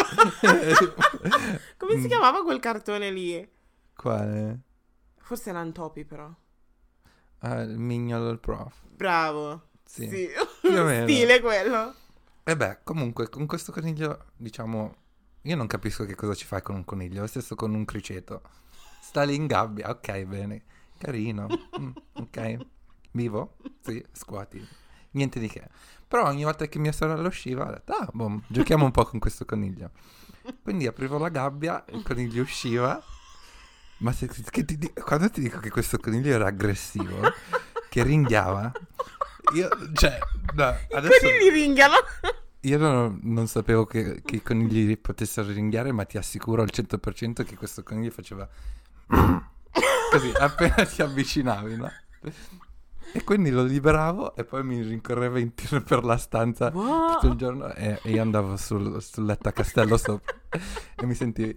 Speaker 2: si chiamava quel cartone lì?
Speaker 1: Quale?
Speaker 2: Forse erano topi, però.
Speaker 1: Il mignolo del prof.
Speaker 2: Bravo.
Speaker 1: Sì.
Speaker 2: Sì.
Speaker 1: Più o meno.
Speaker 2: Stile quello.
Speaker 1: E beh, comunque, con questo coniglio, diciamo, io non capisco che cosa ci fai con un coniglio, lo stesso con un criceto. Sta lì in gabbia, ok, bene, carino, ok, vivo? Sì, scuoti, niente di che. Però ogni volta che mia sorella usciva, ho detto, boh, giochiamo un po' con questo coniglio. Quindi aprivo la gabbia, il coniglio usciva, ma quando ti dico che questo coniglio era aggressivo, che ringhiava, io, cioè, no,
Speaker 2: I
Speaker 1: adesso...
Speaker 2: conigli ringhiano.
Speaker 1: Io non sapevo che i conigli potessero ringhiare, ma ti assicuro al 100% che questo coniglio faceva così appena ti avvicinavi, no? E quindi lo liberavo e poi mi rincorreva in tiro per la stanza tutto il giorno e io andavo sul letto a castello sopra e mi sentivi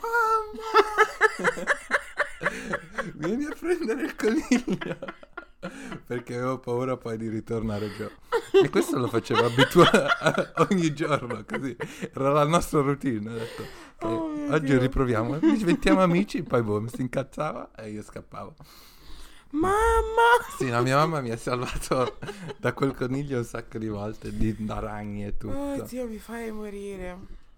Speaker 1: mamma vieni a prendere il coniglio, perché avevo paura poi di ritornare giù. E questo lo facevo ogni giorno, così era la nostra routine. Ho detto oggi
Speaker 2: Dio.
Speaker 1: riproviamo, diventiamo amici, poi boh, mi si incazzava e io scappavo.
Speaker 2: Mamma.
Speaker 1: Sì, no, mia mamma mi ha salvato da quel coniglio un sacco di volte, da ragni e tutto.
Speaker 2: Oddio, mi fai morire.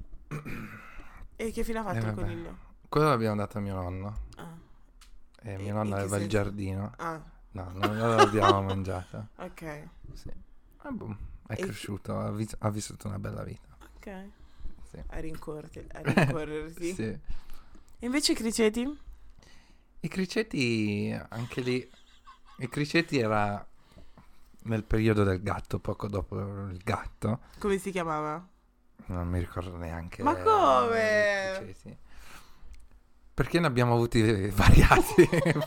Speaker 2: E che fine ha fatto il
Speaker 1: vabbè.
Speaker 2: coniglio?
Speaker 1: Quello l'abbiamo dato a mio nonno.
Speaker 2: Ah.
Speaker 1: E mio
Speaker 2: In
Speaker 1: nonno
Speaker 2: che
Speaker 1: aveva il
Speaker 2: senso?
Speaker 1: giardino.
Speaker 2: Ah,
Speaker 1: No, non l'abbiamo mangiato.
Speaker 2: ok.
Speaker 1: Sì. Boh, è
Speaker 2: E-
Speaker 1: cresciuto, ha vissuto una bella vita.
Speaker 2: Ok.
Speaker 1: Sì.
Speaker 2: A rincorrersi.
Speaker 1: Sì.
Speaker 2: E invece i criceti?
Speaker 1: I criceti, anche lì, i criceti era nel periodo del gatto, poco dopo il gatto,
Speaker 2: Come si chiamava?
Speaker 1: non mi ricordo neanche.
Speaker 2: Ma come?
Speaker 1: I criceti. Perché ne abbiamo avuti variati.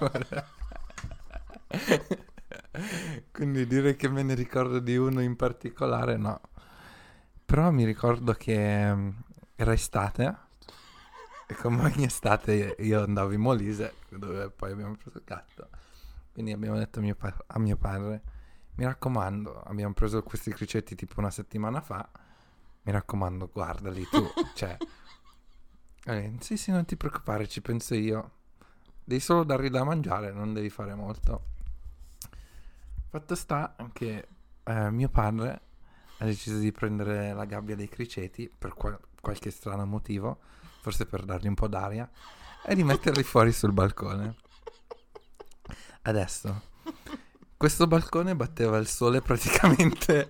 Speaker 1: Quindi dire che me ne ricordo di uno in particolare, no. Però mi ricordo che era estate. E come ogni estate io andavo in Molise, dove poi abbiamo preso il gatto. Quindi abbiamo detto a mio padre, mi raccomando, abbiamo preso questi criceti tipo una settimana fa, mi raccomando, guardali tu. Cioè, sì, non ti preoccupare, ci penso io. Devi solo dargli da mangiare, non devi fare molto. Fatto sta che mio padre ha deciso di prendere la gabbia dei criceti per qualche strano motivo, forse per dargli un po' d'aria, e di metterli fuori sul balcone. Adesso, questo balcone batteva il sole praticamente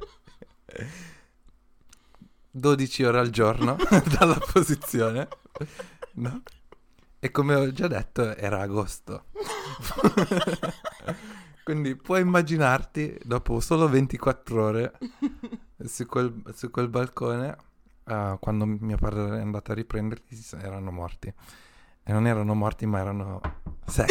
Speaker 1: 12 ore al giorno dalla posizione, no? E come ho già detto, era agosto. Quindi puoi immaginarti, dopo solo 24 ore su quel balcone, quando mio padre è andato a riprenderli, erano morti. E non erano morti, ma erano secchi.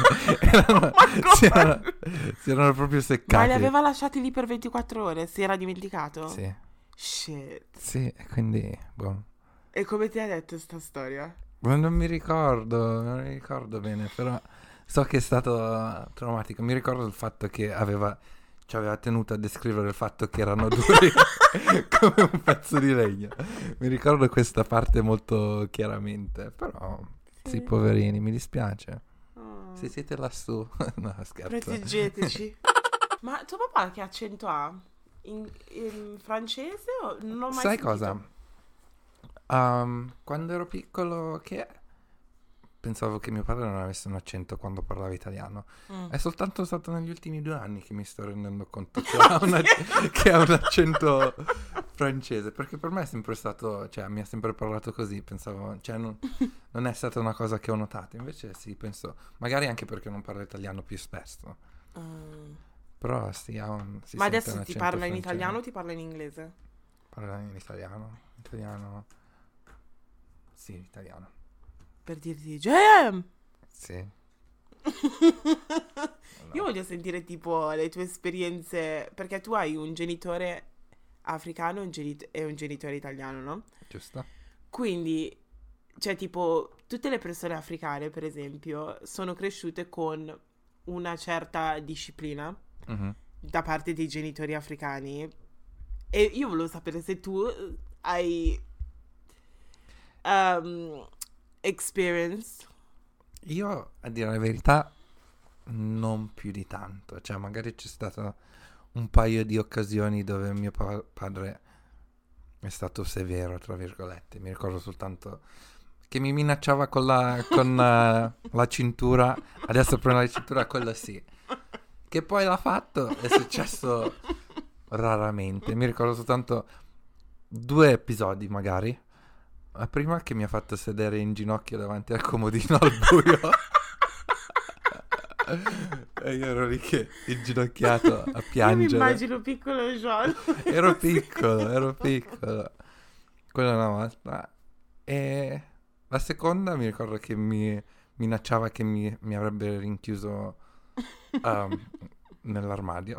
Speaker 1: Si erano proprio seccati.
Speaker 2: Ma li aveva lasciati lì per 24 ore? Si era dimenticato?
Speaker 1: Sì.
Speaker 2: Shit.
Speaker 1: Sì, quindi, boh.
Speaker 2: E come ti ha detto sta storia?
Speaker 1: Ma non mi ricordo bene, però so che è stato traumatico. Mi ricordo il fatto che ci aveva tenuto a descrivere il fatto che erano duri come un pezzo di legno. Mi ricordo questa parte molto chiaramente, però sì, poverini, mi dispiace.
Speaker 2: Oh.
Speaker 1: Se siete lassù, no, scherzo.
Speaker 2: Proteggeteci. Ma tuo papà che accento ha? In francese o non ho mai
Speaker 1: Sai
Speaker 2: sentito?
Speaker 1: cosa? Quando ero piccolo, pensavo che mio padre non avesse un accento quando parlava italiano. È soltanto stato negli ultimi 2 anni che mi sto rendendo conto che ha un accento francese, perché per me è sempre stato, cioè mi ha sempre parlato così, pensavo, cioè non è stata una cosa che ho notato, invece sì, penso, magari anche perché non parlo italiano più spesso. Però sì, si
Speaker 2: Ma
Speaker 1: sente
Speaker 2: adesso
Speaker 1: un
Speaker 2: ti
Speaker 1: accento
Speaker 2: parla in
Speaker 1: francese.
Speaker 2: italiano o ti parla in inglese?
Speaker 1: Parla in italiano. Sì, italiano.
Speaker 2: Per dirti JM!
Speaker 1: Sì.
Speaker 2: Io voglio sentire tipo le tue esperienze, perché tu hai un genitore africano e un genitore italiano, no?
Speaker 1: Giusto?
Speaker 2: Quindi, cioè tipo, tutte le persone africane, per esempio, sono cresciute con una certa disciplina da parte dei genitori africani. E io volevo sapere se tu hai experienced.
Speaker 1: Io, a dire la verità, non più di tanto. Cioè, magari c'è stato un paio di occasioni dove mio padre è stato severo, tra virgolette. Mi ricordo soltanto che mi minacciava con la cintura. Adesso prendo la cintura, quello sì. Che poi l'ha fatto, è successo raramente. Mi ricordo soltanto 2 episodi, magari. La prima che mi ha fatto sedere in ginocchio davanti al comodino al buio. E io ero lì che inginocchiato a piangere.
Speaker 2: Io mi immagino piccolo John.
Speaker 1: Ero piccolo. Quella è una volta. E la seconda mi ricordo che mi minacciava che mi avrebbe rinchiuso nell'armadio.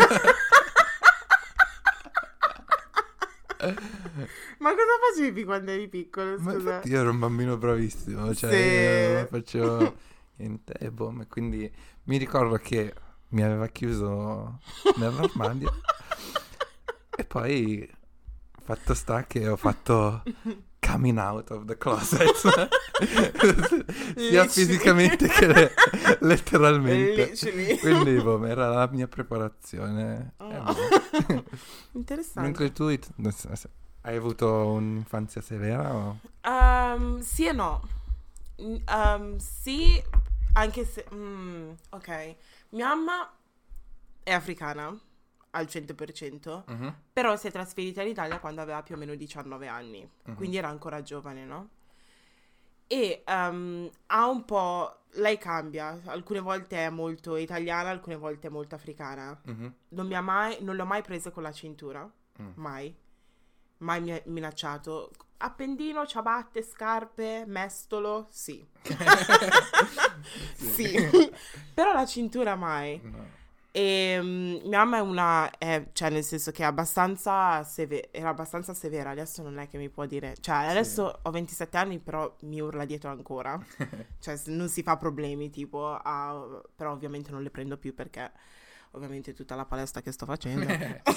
Speaker 2: Ma cosa facevi quando eri piccolo,
Speaker 1: Ma
Speaker 2: scusa?
Speaker 1: infatti io ero un bambino bravissimo, cioè io non facevo niente, e quindi mi ricordo che mi aveva chiuso nell'armadio e poi fatto sta che ho fatto coming out of the closet sia fisicamente che letteralmente. Quindi era la mia preparazione.
Speaker 2: Interessante.
Speaker 1: Mentre tu hai avuto un'infanzia severa o?
Speaker 2: Sì e no. Sì, anche se ok, mia mamma è africana al 100%, però si è trasferita in Italia quando aveva più o meno 19 anni, quindi era ancora giovane, no? E ha un po', lei cambia, alcune volte è molto italiana, alcune volte è molto africana. Non l'ho mai presa con la cintura, mai mi ha minacciato. Appendino, ciabatte, scarpe, mestolo, sì. Sì. Però la cintura mai.
Speaker 1: No.
Speaker 2: E mia mamma cioè nel senso che è abbastanza era abbastanza severa. Adesso non è che mi può dire, cioè adesso ho 27 anni, però mi urla dietro ancora. Cioè non si fa problemi tipo però ovviamente non le prendo più perché ovviamente tutta la palestra che sto facendo.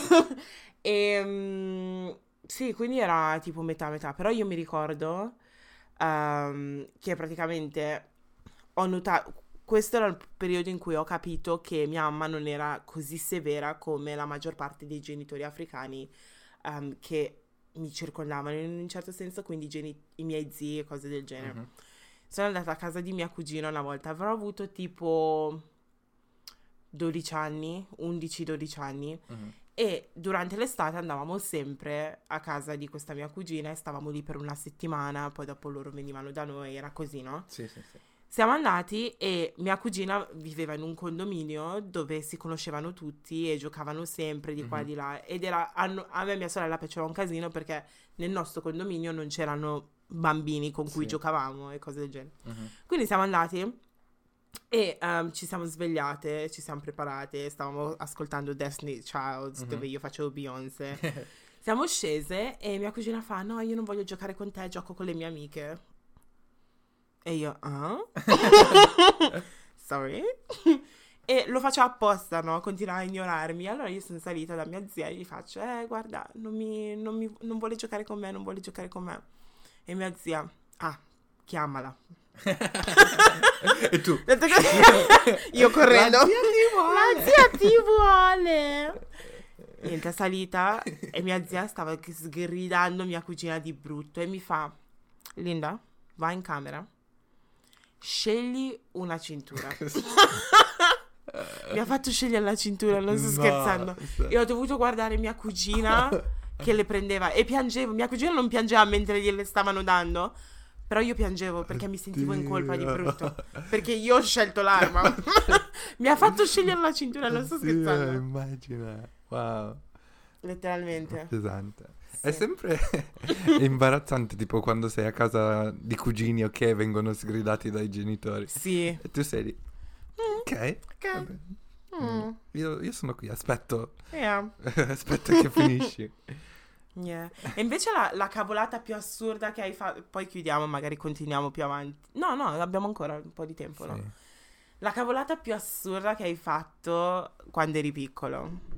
Speaker 2: E sì, quindi era tipo metà metà. Però io mi ricordo che praticamente ho notato, questo era il periodo in cui ho capito che mia mamma non era così severa come la maggior parte dei genitori africani che mi circondavano in un certo senso, quindi i miei zii e cose del genere. Sono andata a casa di mia cugina una volta, avrò avuto tipo 12 anni, 11-12 anni, E durante l'estate andavamo sempre a casa di questa mia cugina e stavamo lì per una settimana, poi dopo loro venivano da noi, era così, no?
Speaker 1: Sì, sì, sì.
Speaker 2: Siamo andati e mia cugina viveva in un condominio dove si conoscevano tutti e giocavano sempre di qua e di là. Ed era, a me e mia sorella piaceva un casino perché nel nostro condominio non c'erano bambini con cui
Speaker 1: Sì.
Speaker 2: giocavamo e cose del genere. Quindi siamo andati e ci siamo svegliate, ci siamo preparate, stavamo ascoltando Destiny Child dove io facevo Beyoncé. Siamo scese e mia cugina fa: no, io non voglio giocare con te, gioco con le mie amiche. E io, ah? Sorry? E lo faccio apposta, no? Continua a ignorarmi. Allora io sono salita da mia zia e gli faccio: guarda, non vuole giocare con me, non vuole giocare con me. E mia zia, chiamala.
Speaker 1: E tu?
Speaker 2: Io correndo.
Speaker 1: La zia ti vuole.
Speaker 2: La zia ti vuole. Niente, è salita e mia zia stava sgridando mia cugina di brutto e mi fa: Linda, vai in camera, scegli una cintura. Mi ha fatto scegliere la cintura, non sto scherzando. E ho dovuto guardare mia cugina che le prendeva e piangevo. Mia cugina non piangeva mentre gliele stavano dando, però io piangevo perché mi sentivo in colpa di brutto, perché io ho scelto l'arma. Mi ha fatto scegliere la cintura, non sto scherzando.
Speaker 1: Immagina. Wow.
Speaker 2: Letteralmente.
Speaker 1: Pesante.
Speaker 2: Sì.
Speaker 1: È sempre imbarazzante, tipo quando sei a casa di cugini, ok, vengono sgridati dai genitori.
Speaker 2: Sì.
Speaker 1: E tu sei lì. Ok. Vabbè. Io sono qui, aspetto.
Speaker 2: Yeah.
Speaker 1: Aspetta che finisci.
Speaker 2: Yeah. E invece la cavolata più assurda che hai fatto, poi chiudiamo, magari continuiamo più avanti. No, abbiamo ancora un po' di tempo,
Speaker 1: Sì.
Speaker 2: no? La cavolata più assurda che hai fatto quando eri piccolo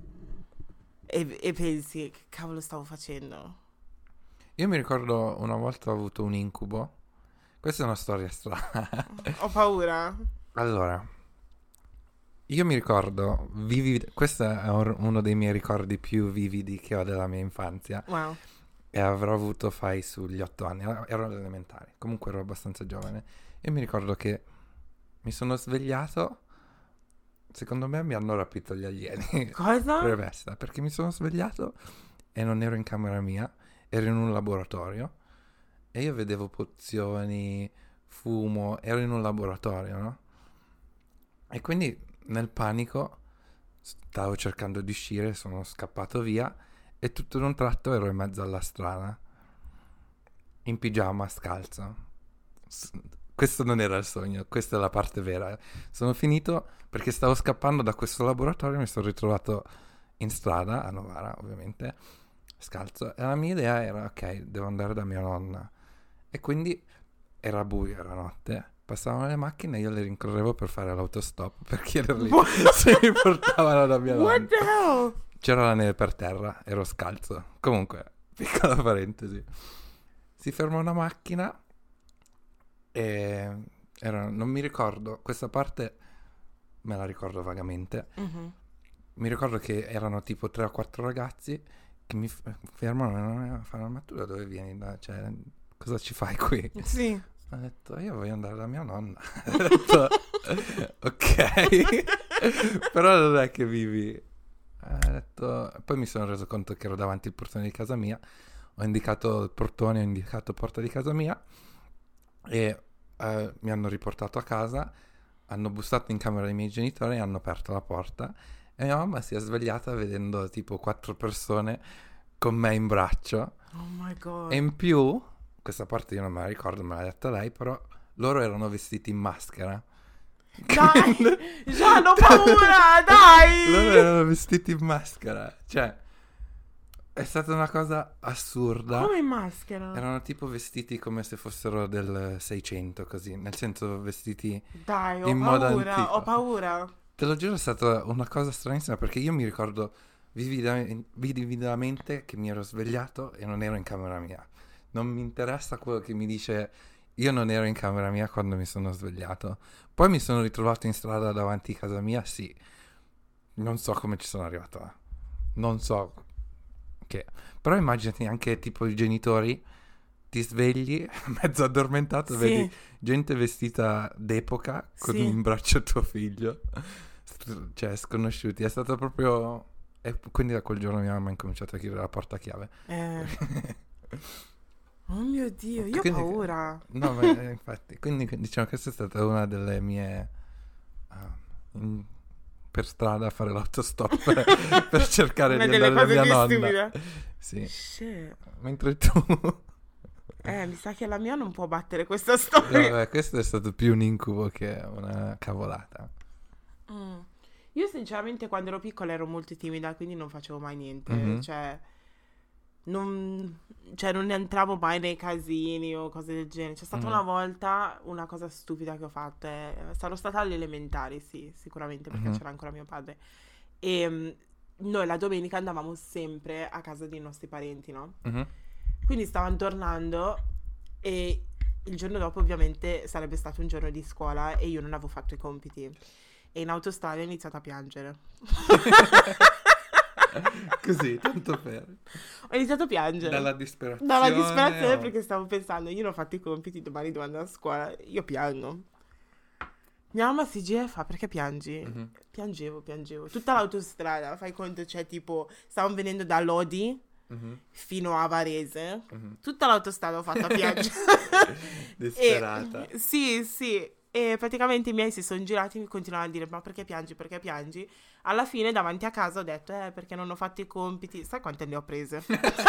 Speaker 2: e pensi, che cavolo stavo facendo?
Speaker 1: Io mi ricordo una volta ho avuto un incubo. Questa è una storia strana.
Speaker 2: Ho paura.
Speaker 1: Allora, io mi ricordo, questo è uno dei miei ricordi più vividi che ho della mia infanzia.
Speaker 2: Wow.
Speaker 1: E avrò avuto fai sugli 8 anni, ero alle elementari, comunque ero abbastanza giovane. E mi ricordo che mi sono svegliato, secondo me mi hanno rapito gli alieni.
Speaker 2: Cosa?
Speaker 1: Prevesta, perché mi sono svegliato e non ero in camera mia, ero in un laboratorio e io vedevo pozioni, fumo, ero in un laboratorio, no? E quindi nel panico stavo cercando di uscire, sono scappato via e tutto in un tratto ero in mezzo alla strada, in pigiama, scalzo. Questo non era il sogno, questa è la parte vera. Sono finito perché stavo scappando da questo laboratorio, mi sono ritrovato in strada, a Novara ovviamente, scalzo. E la mia idea era, ok, devo andare da mia nonna. E quindi era buio, era notte. Passavano le macchine e io le rincorrevo per fare l'autostop, per chiedergli se mi portavano da mia nonna.
Speaker 2: What the hell?
Speaker 1: C'era la neve per terra, ero scalzo. Comunque, piccola parentesi. Si ferma una macchina e non mi ricordo, questa parte me la ricordo vagamente. Mi ricordo che erano tipo 3 o 4 ragazzi che mi fermano e fanno: ma tu da dove vieni? Cioè, cosa ci fai qui?
Speaker 2: Sì.
Speaker 1: Ho detto: io voglio andare da mia nonna. Ho detto: ok, però non è che vivi. Ho detto, poi mi sono reso conto che ero davanti al portone di casa mia, ho indicato il portone, ho indicato porta di casa mia e mi hanno riportato a casa, hanno bussato in camera dei miei genitori e hanno aperto la porta e mia mamma si è svegliata vedendo tipo 4 persone con me in braccio.
Speaker 2: Oh my god.
Speaker 1: E in più, questa parte io non me la ricordo, me l'ha detta lei, però loro erano vestiti in maschera.
Speaker 2: Dai, già ho paura, dai.
Speaker 1: Loro erano vestiti in maschera, cioè è stata una cosa assurda.
Speaker 2: Come in maschera?
Speaker 1: Erano tipo vestiti come se fossero del 600, così, nel senso vestiti
Speaker 2: Dai, ho
Speaker 1: in modo
Speaker 2: paura,
Speaker 1: antico.
Speaker 2: ho paura.
Speaker 1: Te lo giuro, è stata una cosa stranissima perché io mi ricordo vividamente che mi ero svegliato e non ero in camera mia. Non mi interessa quello che mi dice. Io non ero in camera mia quando mi sono svegliato. Poi mi sono ritrovato in strada davanti a casa mia, sì. Non so come ci sono arrivato là. Non so che. Però immaginati anche tipo i genitori, ti svegli, mezzo addormentato,
Speaker 2: Sì.
Speaker 1: vedi gente vestita d'epoca con
Speaker 2: Sì.
Speaker 1: in braccio tuo figlio. Cioè, sconosciuti. È stato proprio E quindi da quel giorno mia mamma ha incominciato a chiudere la portachiave.
Speaker 2: Oh mio Dio, io ho
Speaker 1: Quindi-
Speaker 2: paura.
Speaker 1: No, ma infatti, quindi diciamo che questa è stata una delle mie... per strada a fare l'autostop per cercare
Speaker 2: Una
Speaker 1: di
Speaker 2: delle
Speaker 1: andare da
Speaker 2: cose
Speaker 1: mia
Speaker 2: più
Speaker 1: nonna.
Speaker 2: stupide.
Speaker 1: Sì,
Speaker 2: Shit.
Speaker 1: mentre tu...
Speaker 2: Mi sa che la mia non può battere questa storia.
Speaker 1: Vabbè, questo è stato più un incubo che una cavolata.
Speaker 2: Mm. Io sinceramente quando ero piccola ero molto timida, quindi non facevo mai niente.
Speaker 1: Mhm.
Speaker 2: Non ne entravo mai nei casini o cose del genere. C'è stata
Speaker 1: Mhm.
Speaker 2: una volta una cosa stupida che ho fatto. Sarò stata alle elementari, sì, sicuramente, perché
Speaker 1: Mhm.
Speaker 2: c'era ancora mio padre. E noi la domenica andavamo sempre a casa dei nostri parenti, no?
Speaker 1: Mhm.
Speaker 2: Quindi stavano tornando e il giorno dopo ovviamente sarebbe stato un giorno di scuola e io non avevo fatto i compiti. E in autostrada ho iniziato a piangere.
Speaker 1: Così, tanto per...
Speaker 2: Ho iniziato a piangere.
Speaker 1: Dalla disperazione.
Speaker 2: Dalla disperazione
Speaker 1: o-
Speaker 2: perché stavo pensando, io non ho fatto i compiti, domani devo andare a scuola, io piango. Mia mamma si gira e fa, perché piangi?
Speaker 1: Mhm.
Speaker 2: Piangevo. Tutta l'autostrada, fai conto, cioè tipo, stavamo venendo da Lodi
Speaker 1: Mhm.
Speaker 2: fino a Varese.
Speaker 1: Mhm.
Speaker 2: Tutta l'autostrada ho fatto a piangere.
Speaker 1: Disperata.
Speaker 2: Sì. E praticamente i miei si sono girati e mi continuavano a dire, ma perché piangi? Alla fine davanti a casa ho detto, perché non ho fatto i compiti. Sai quante ne ho prese?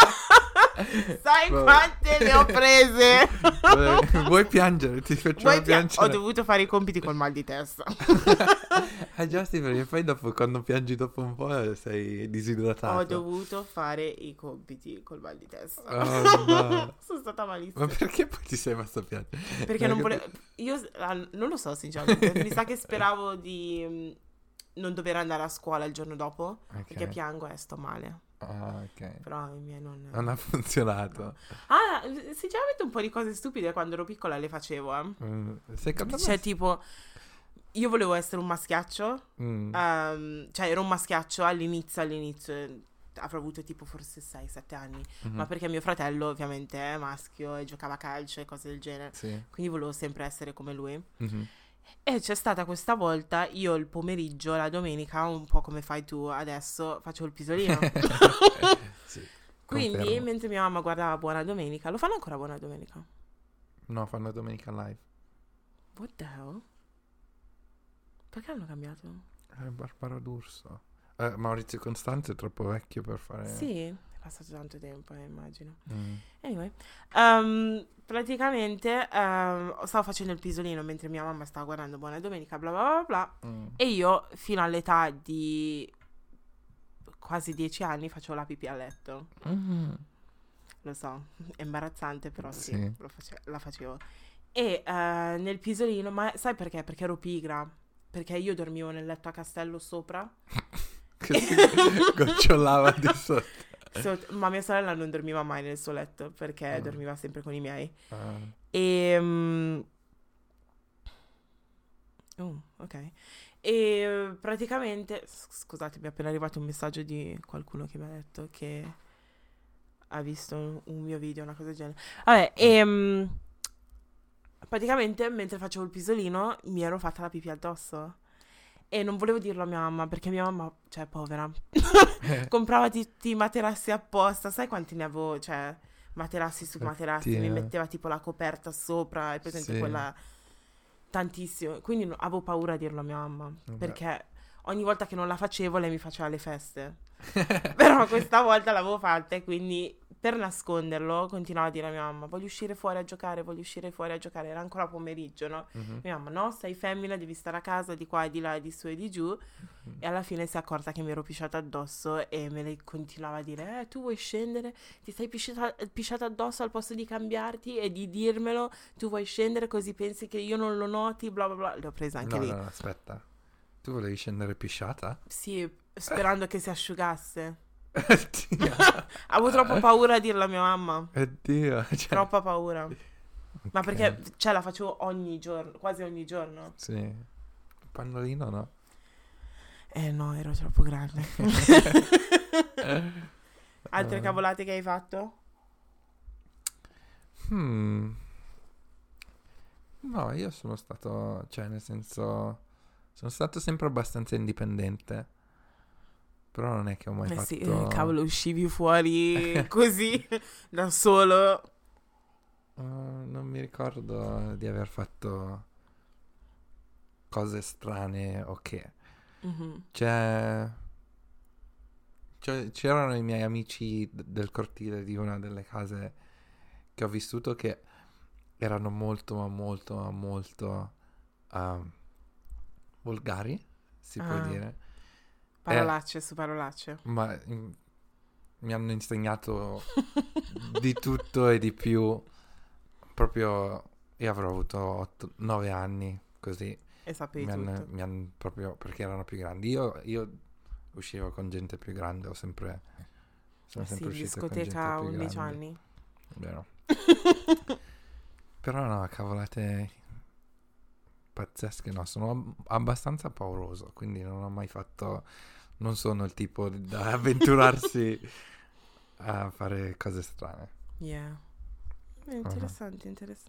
Speaker 2: Sai
Speaker 1: Vabbè.
Speaker 2: quante ne ho prese?
Speaker 1: Vuoi piangere? Ti facciamo piangere.
Speaker 2: Ho dovuto fare i compiti col mal di testa.
Speaker 1: Ah già sì, perché poi dopo, quando piangi dopo un po' sei disidratato.
Speaker 2: Ho dovuto fare i compiti col mal di testa.
Speaker 1: Oh, no.
Speaker 2: Sono stata malissima.
Speaker 1: Ma perché poi ti sei messo a piangere?
Speaker 2: Perché non volevo. Io non lo so, sinceramente. Mi sa che speravo di non dover andare a scuola il giorno dopo.
Speaker 1: Ok.
Speaker 2: Perché piango e sto male.
Speaker 1: Ah, ok.
Speaker 2: Però i miei non.
Speaker 1: Non ha funzionato.
Speaker 2: Ah, sinceramente un po' di cose stupide quando ero piccola le facevo.
Speaker 1: Secondo me...
Speaker 2: Cioè, tipo, io volevo essere un maschiaccio.
Speaker 1: Mm.
Speaker 2: Cioè, ero un maschiaccio all'inizio. Avrò avuto tipo forse 6-7 anni.
Speaker 1: Mhm.
Speaker 2: Ma perché mio fratello, ovviamente, è maschio e giocava a calcio e cose del genere.
Speaker 1: Sì.
Speaker 2: Quindi volevo sempre essere come lui.
Speaker 1: Mhm.
Speaker 2: E c'è stata questa volta, io il pomeriggio, la domenica, un po' come fai tu adesso, facevo il pisolino.
Speaker 1: Sì,
Speaker 2: Quindi,
Speaker 1: confermo.
Speaker 2: mentre mia mamma guardava Buona Domenica, lo fanno ancora Buona Domenica?
Speaker 1: No, fanno domenica live.
Speaker 2: What the hell? Perché hanno cambiato?
Speaker 1: Barbara D'Urso. Maurizio Costanzo è troppo vecchio per fare...
Speaker 2: Sì, è passato tanto tempo, immagino.
Speaker 1: Mm.
Speaker 2: Anyway, praticamente stavo facendo il pisolino mentre mia mamma stava guardando Buona Domenica, bla bla bla bla.
Speaker 1: Mm.
Speaker 2: E io, fino all'età di quasi 10 anni, facevo la pipì a letto.
Speaker 1: Mhm.
Speaker 2: Lo so, è imbarazzante, però sì,
Speaker 1: Sì.
Speaker 2: la facevo. E nel pisolino, ma sai perché? Perché ero pigra. Perché io dormivo nel letto a castello sopra.
Speaker 1: Così gocciolava di sotto.
Speaker 2: Ma mia sorella non dormiva mai nel suo letto perché
Speaker 1: Ah.
Speaker 2: dormiva sempre con i miei.
Speaker 1: Ah.
Speaker 2: E ok. E praticamente scusate, mi è appena arrivato un messaggio di qualcuno che mi ha detto che ha visto un mio video, una cosa del genere. Vabbè, praticamente mentre facevo il pisolino mi ero fatta la pipì addosso. E non volevo dirlo a mia mamma perché mia mamma, cioè, povera, comprava tutti i materassi apposta. Sai quanti ne avevo? Cioè, materassi su materassi. Mi
Speaker 1: Oddio.
Speaker 2: metteva tipo la coperta sopra. Hai presente
Speaker 1: Sì.
Speaker 2: quella? Tantissimo. Quindi avevo paura a dirlo a mia mamma.
Speaker 1: Vabbè.
Speaker 2: Perché ogni volta che non la facevo lei mi faceva le feste. Però questa volta l'avevo fatta e quindi per nasconderlo continuavo a dire a mia mamma voglio uscire fuori a giocare. Era ancora pomeriggio, no?
Speaker 1: Mhm.
Speaker 2: Mia mamma no, sei femmina, devi stare a casa di qua e di là e di su e di giù. E alla fine si è accorta che mi ero pisciata addosso e me ne continuava a dire tu vuoi scendere? Ti sei pisciata addosso al posto di cambiarti e di dirmelo, tu vuoi scendere così pensi che io non lo noti, bla bla bla. Le ho presa anche
Speaker 1: No,
Speaker 2: lì.
Speaker 1: no, aspetta. Tu volevi scendere pisciata?
Speaker 2: Sì, sperando che si asciugasse.
Speaker 1: Oddio.
Speaker 2: Avevo troppo paura a dirlo a mia mamma.
Speaker 1: Oddio. Cioè,
Speaker 2: Troppa paura. Ma
Speaker 1: ok.
Speaker 2: perché cioè, la facevo ogni giorno, quasi ogni giorno.
Speaker 1: Sì. Il pannolino no?
Speaker 2: No, ero troppo grande. Altre cavolate che hai fatto?
Speaker 1: No, io sono stato, cioè nel senso, sono stato sempre abbastanza indipendente. Però non è che ho mai fatto...
Speaker 2: Sì, cavolo, uscivi fuori così, da solo.
Speaker 1: Non mi ricordo di aver fatto cose strane o che. C'erano i miei amici del cortile di una delle case che ho vissuto che erano molto volgari, si può dire.
Speaker 2: Parolacce su parolacce.
Speaker 1: Ma mi hanno insegnato di tutto e di più. Proprio io avrò avuto 9 anni così.
Speaker 2: E sapevi tutto.
Speaker 1: Mi hanno proprio, perché erano più grandi. Io uscivo con gente più grande, sono sempre uscito con gente più
Speaker 2: discoteca 11
Speaker 1: grande.
Speaker 2: anni.
Speaker 1: Vero. Però no, cavolate pazzesche, no, sono abbastanza pauroso, quindi non ho mai fatto, non sono il tipo da avventurarsi a fare cose strane.
Speaker 2: Yeah. Interessante.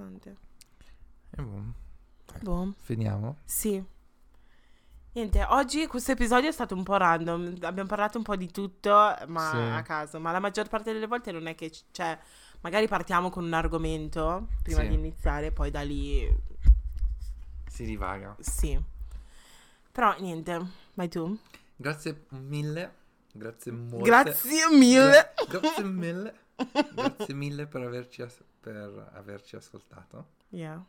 Speaker 1: E
Speaker 2: Boh.
Speaker 1: finiamo?
Speaker 2: Sì. Niente, oggi questo episodio è stato un po' random. Abbiamo parlato un po' di tutto, ma
Speaker 1: Sì.
Speaker 2: a caso. Ma la maggior parte delle volte non è che c'è. Magari partiamo con un argomento prima
Speaker 1: Sì.
Speaker 2: di iniziare, poi da lì.
Speaker 1: Si divaga.
Speaker 2: Sì. Però niente, vai tu.
Speaker 1: Grazie mille. Grazie molte.
Speaker 2: Grazie mille.
Speaker 1: Grazie mille. Grazie mille per averci ascoltato.
Speaker 2: Yeah.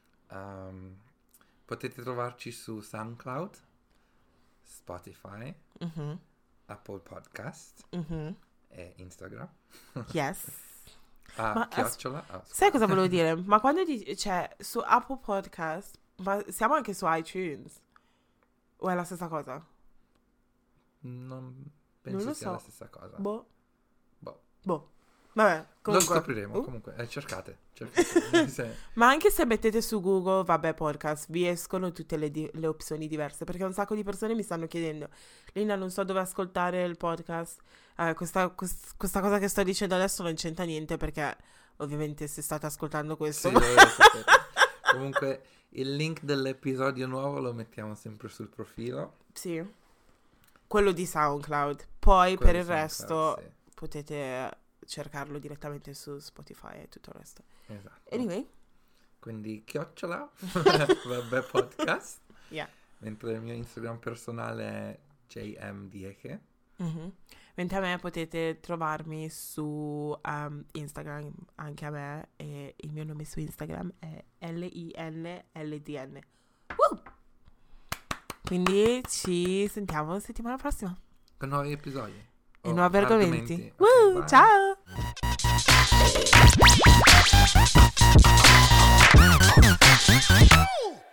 Speaker 1: Potete trovarci su SoundCloud, Spotify, Apple Podcast e Instagram.
Speaker 2: Yes.
Speaker 1: Ma chiocciola.
Speaker 2: Sai cosa volevo dire? Ma quando dici, cioè, su Apple Podcast, ma siamo anche su iTunes? O è la stessa cosa?
Speaker 1: Non penso
Speaker 2: Non lo
Speaker 1: sia
Speaker 2: so.
Speaker 1: la stessa cosa.
Speaker 2: Boh.
Speaker 1: Boh.
Speaker 2: Vabbè, comunque.
Speaker 1: Lo scopriremo. Comunque, cercate. Se-
Speaker 2: Ma anche se mettete su Google, vabbè, podcast, vi escono tutte le opzioni diverse. Perché un sacco di persone mi stanno chiedendo, Linda, non so dove ascoltare il podcast. Questa cosa che sto dicendo adesso non c'entra niente, perché ovviamente se state ascoltando questo...
Speaker 1: Sì, lo sapete. Comunque, il link dell'episodio nuovo lo mettiamo sempre sul profilo.
Speaker 2: Sì. Quello di SoundCloud. Poi
Speaker 1: Quello
Speaker 2: per il
Speaker 1: di SoundCloud,
Speaker 2: resto
Speaker 1: sì.
Speaker 2: potete cercarlo direttamente su Spotify e tutto il resto.
Speaker 1: Esatto.
Speaker 2: Anyway.
Speaker 1: Quindi chiocciola, vabbè podcast.
Speaker 2: Yeah.
Speaker 1: Mentre il mio Instagram personale è jmdieke.
Speaker 2: Mentre a me potete trovarmi su Instagram, anche a me, e il mio nome su Instagram è LINLDN. Quindi ci sentiamo settimana prossima.
Speaker 1: Con nuovi episodi.
Speaker 2: E nuovi argomenti.
Speaker 1: Ok, bye.
Speaker 2: Ciao!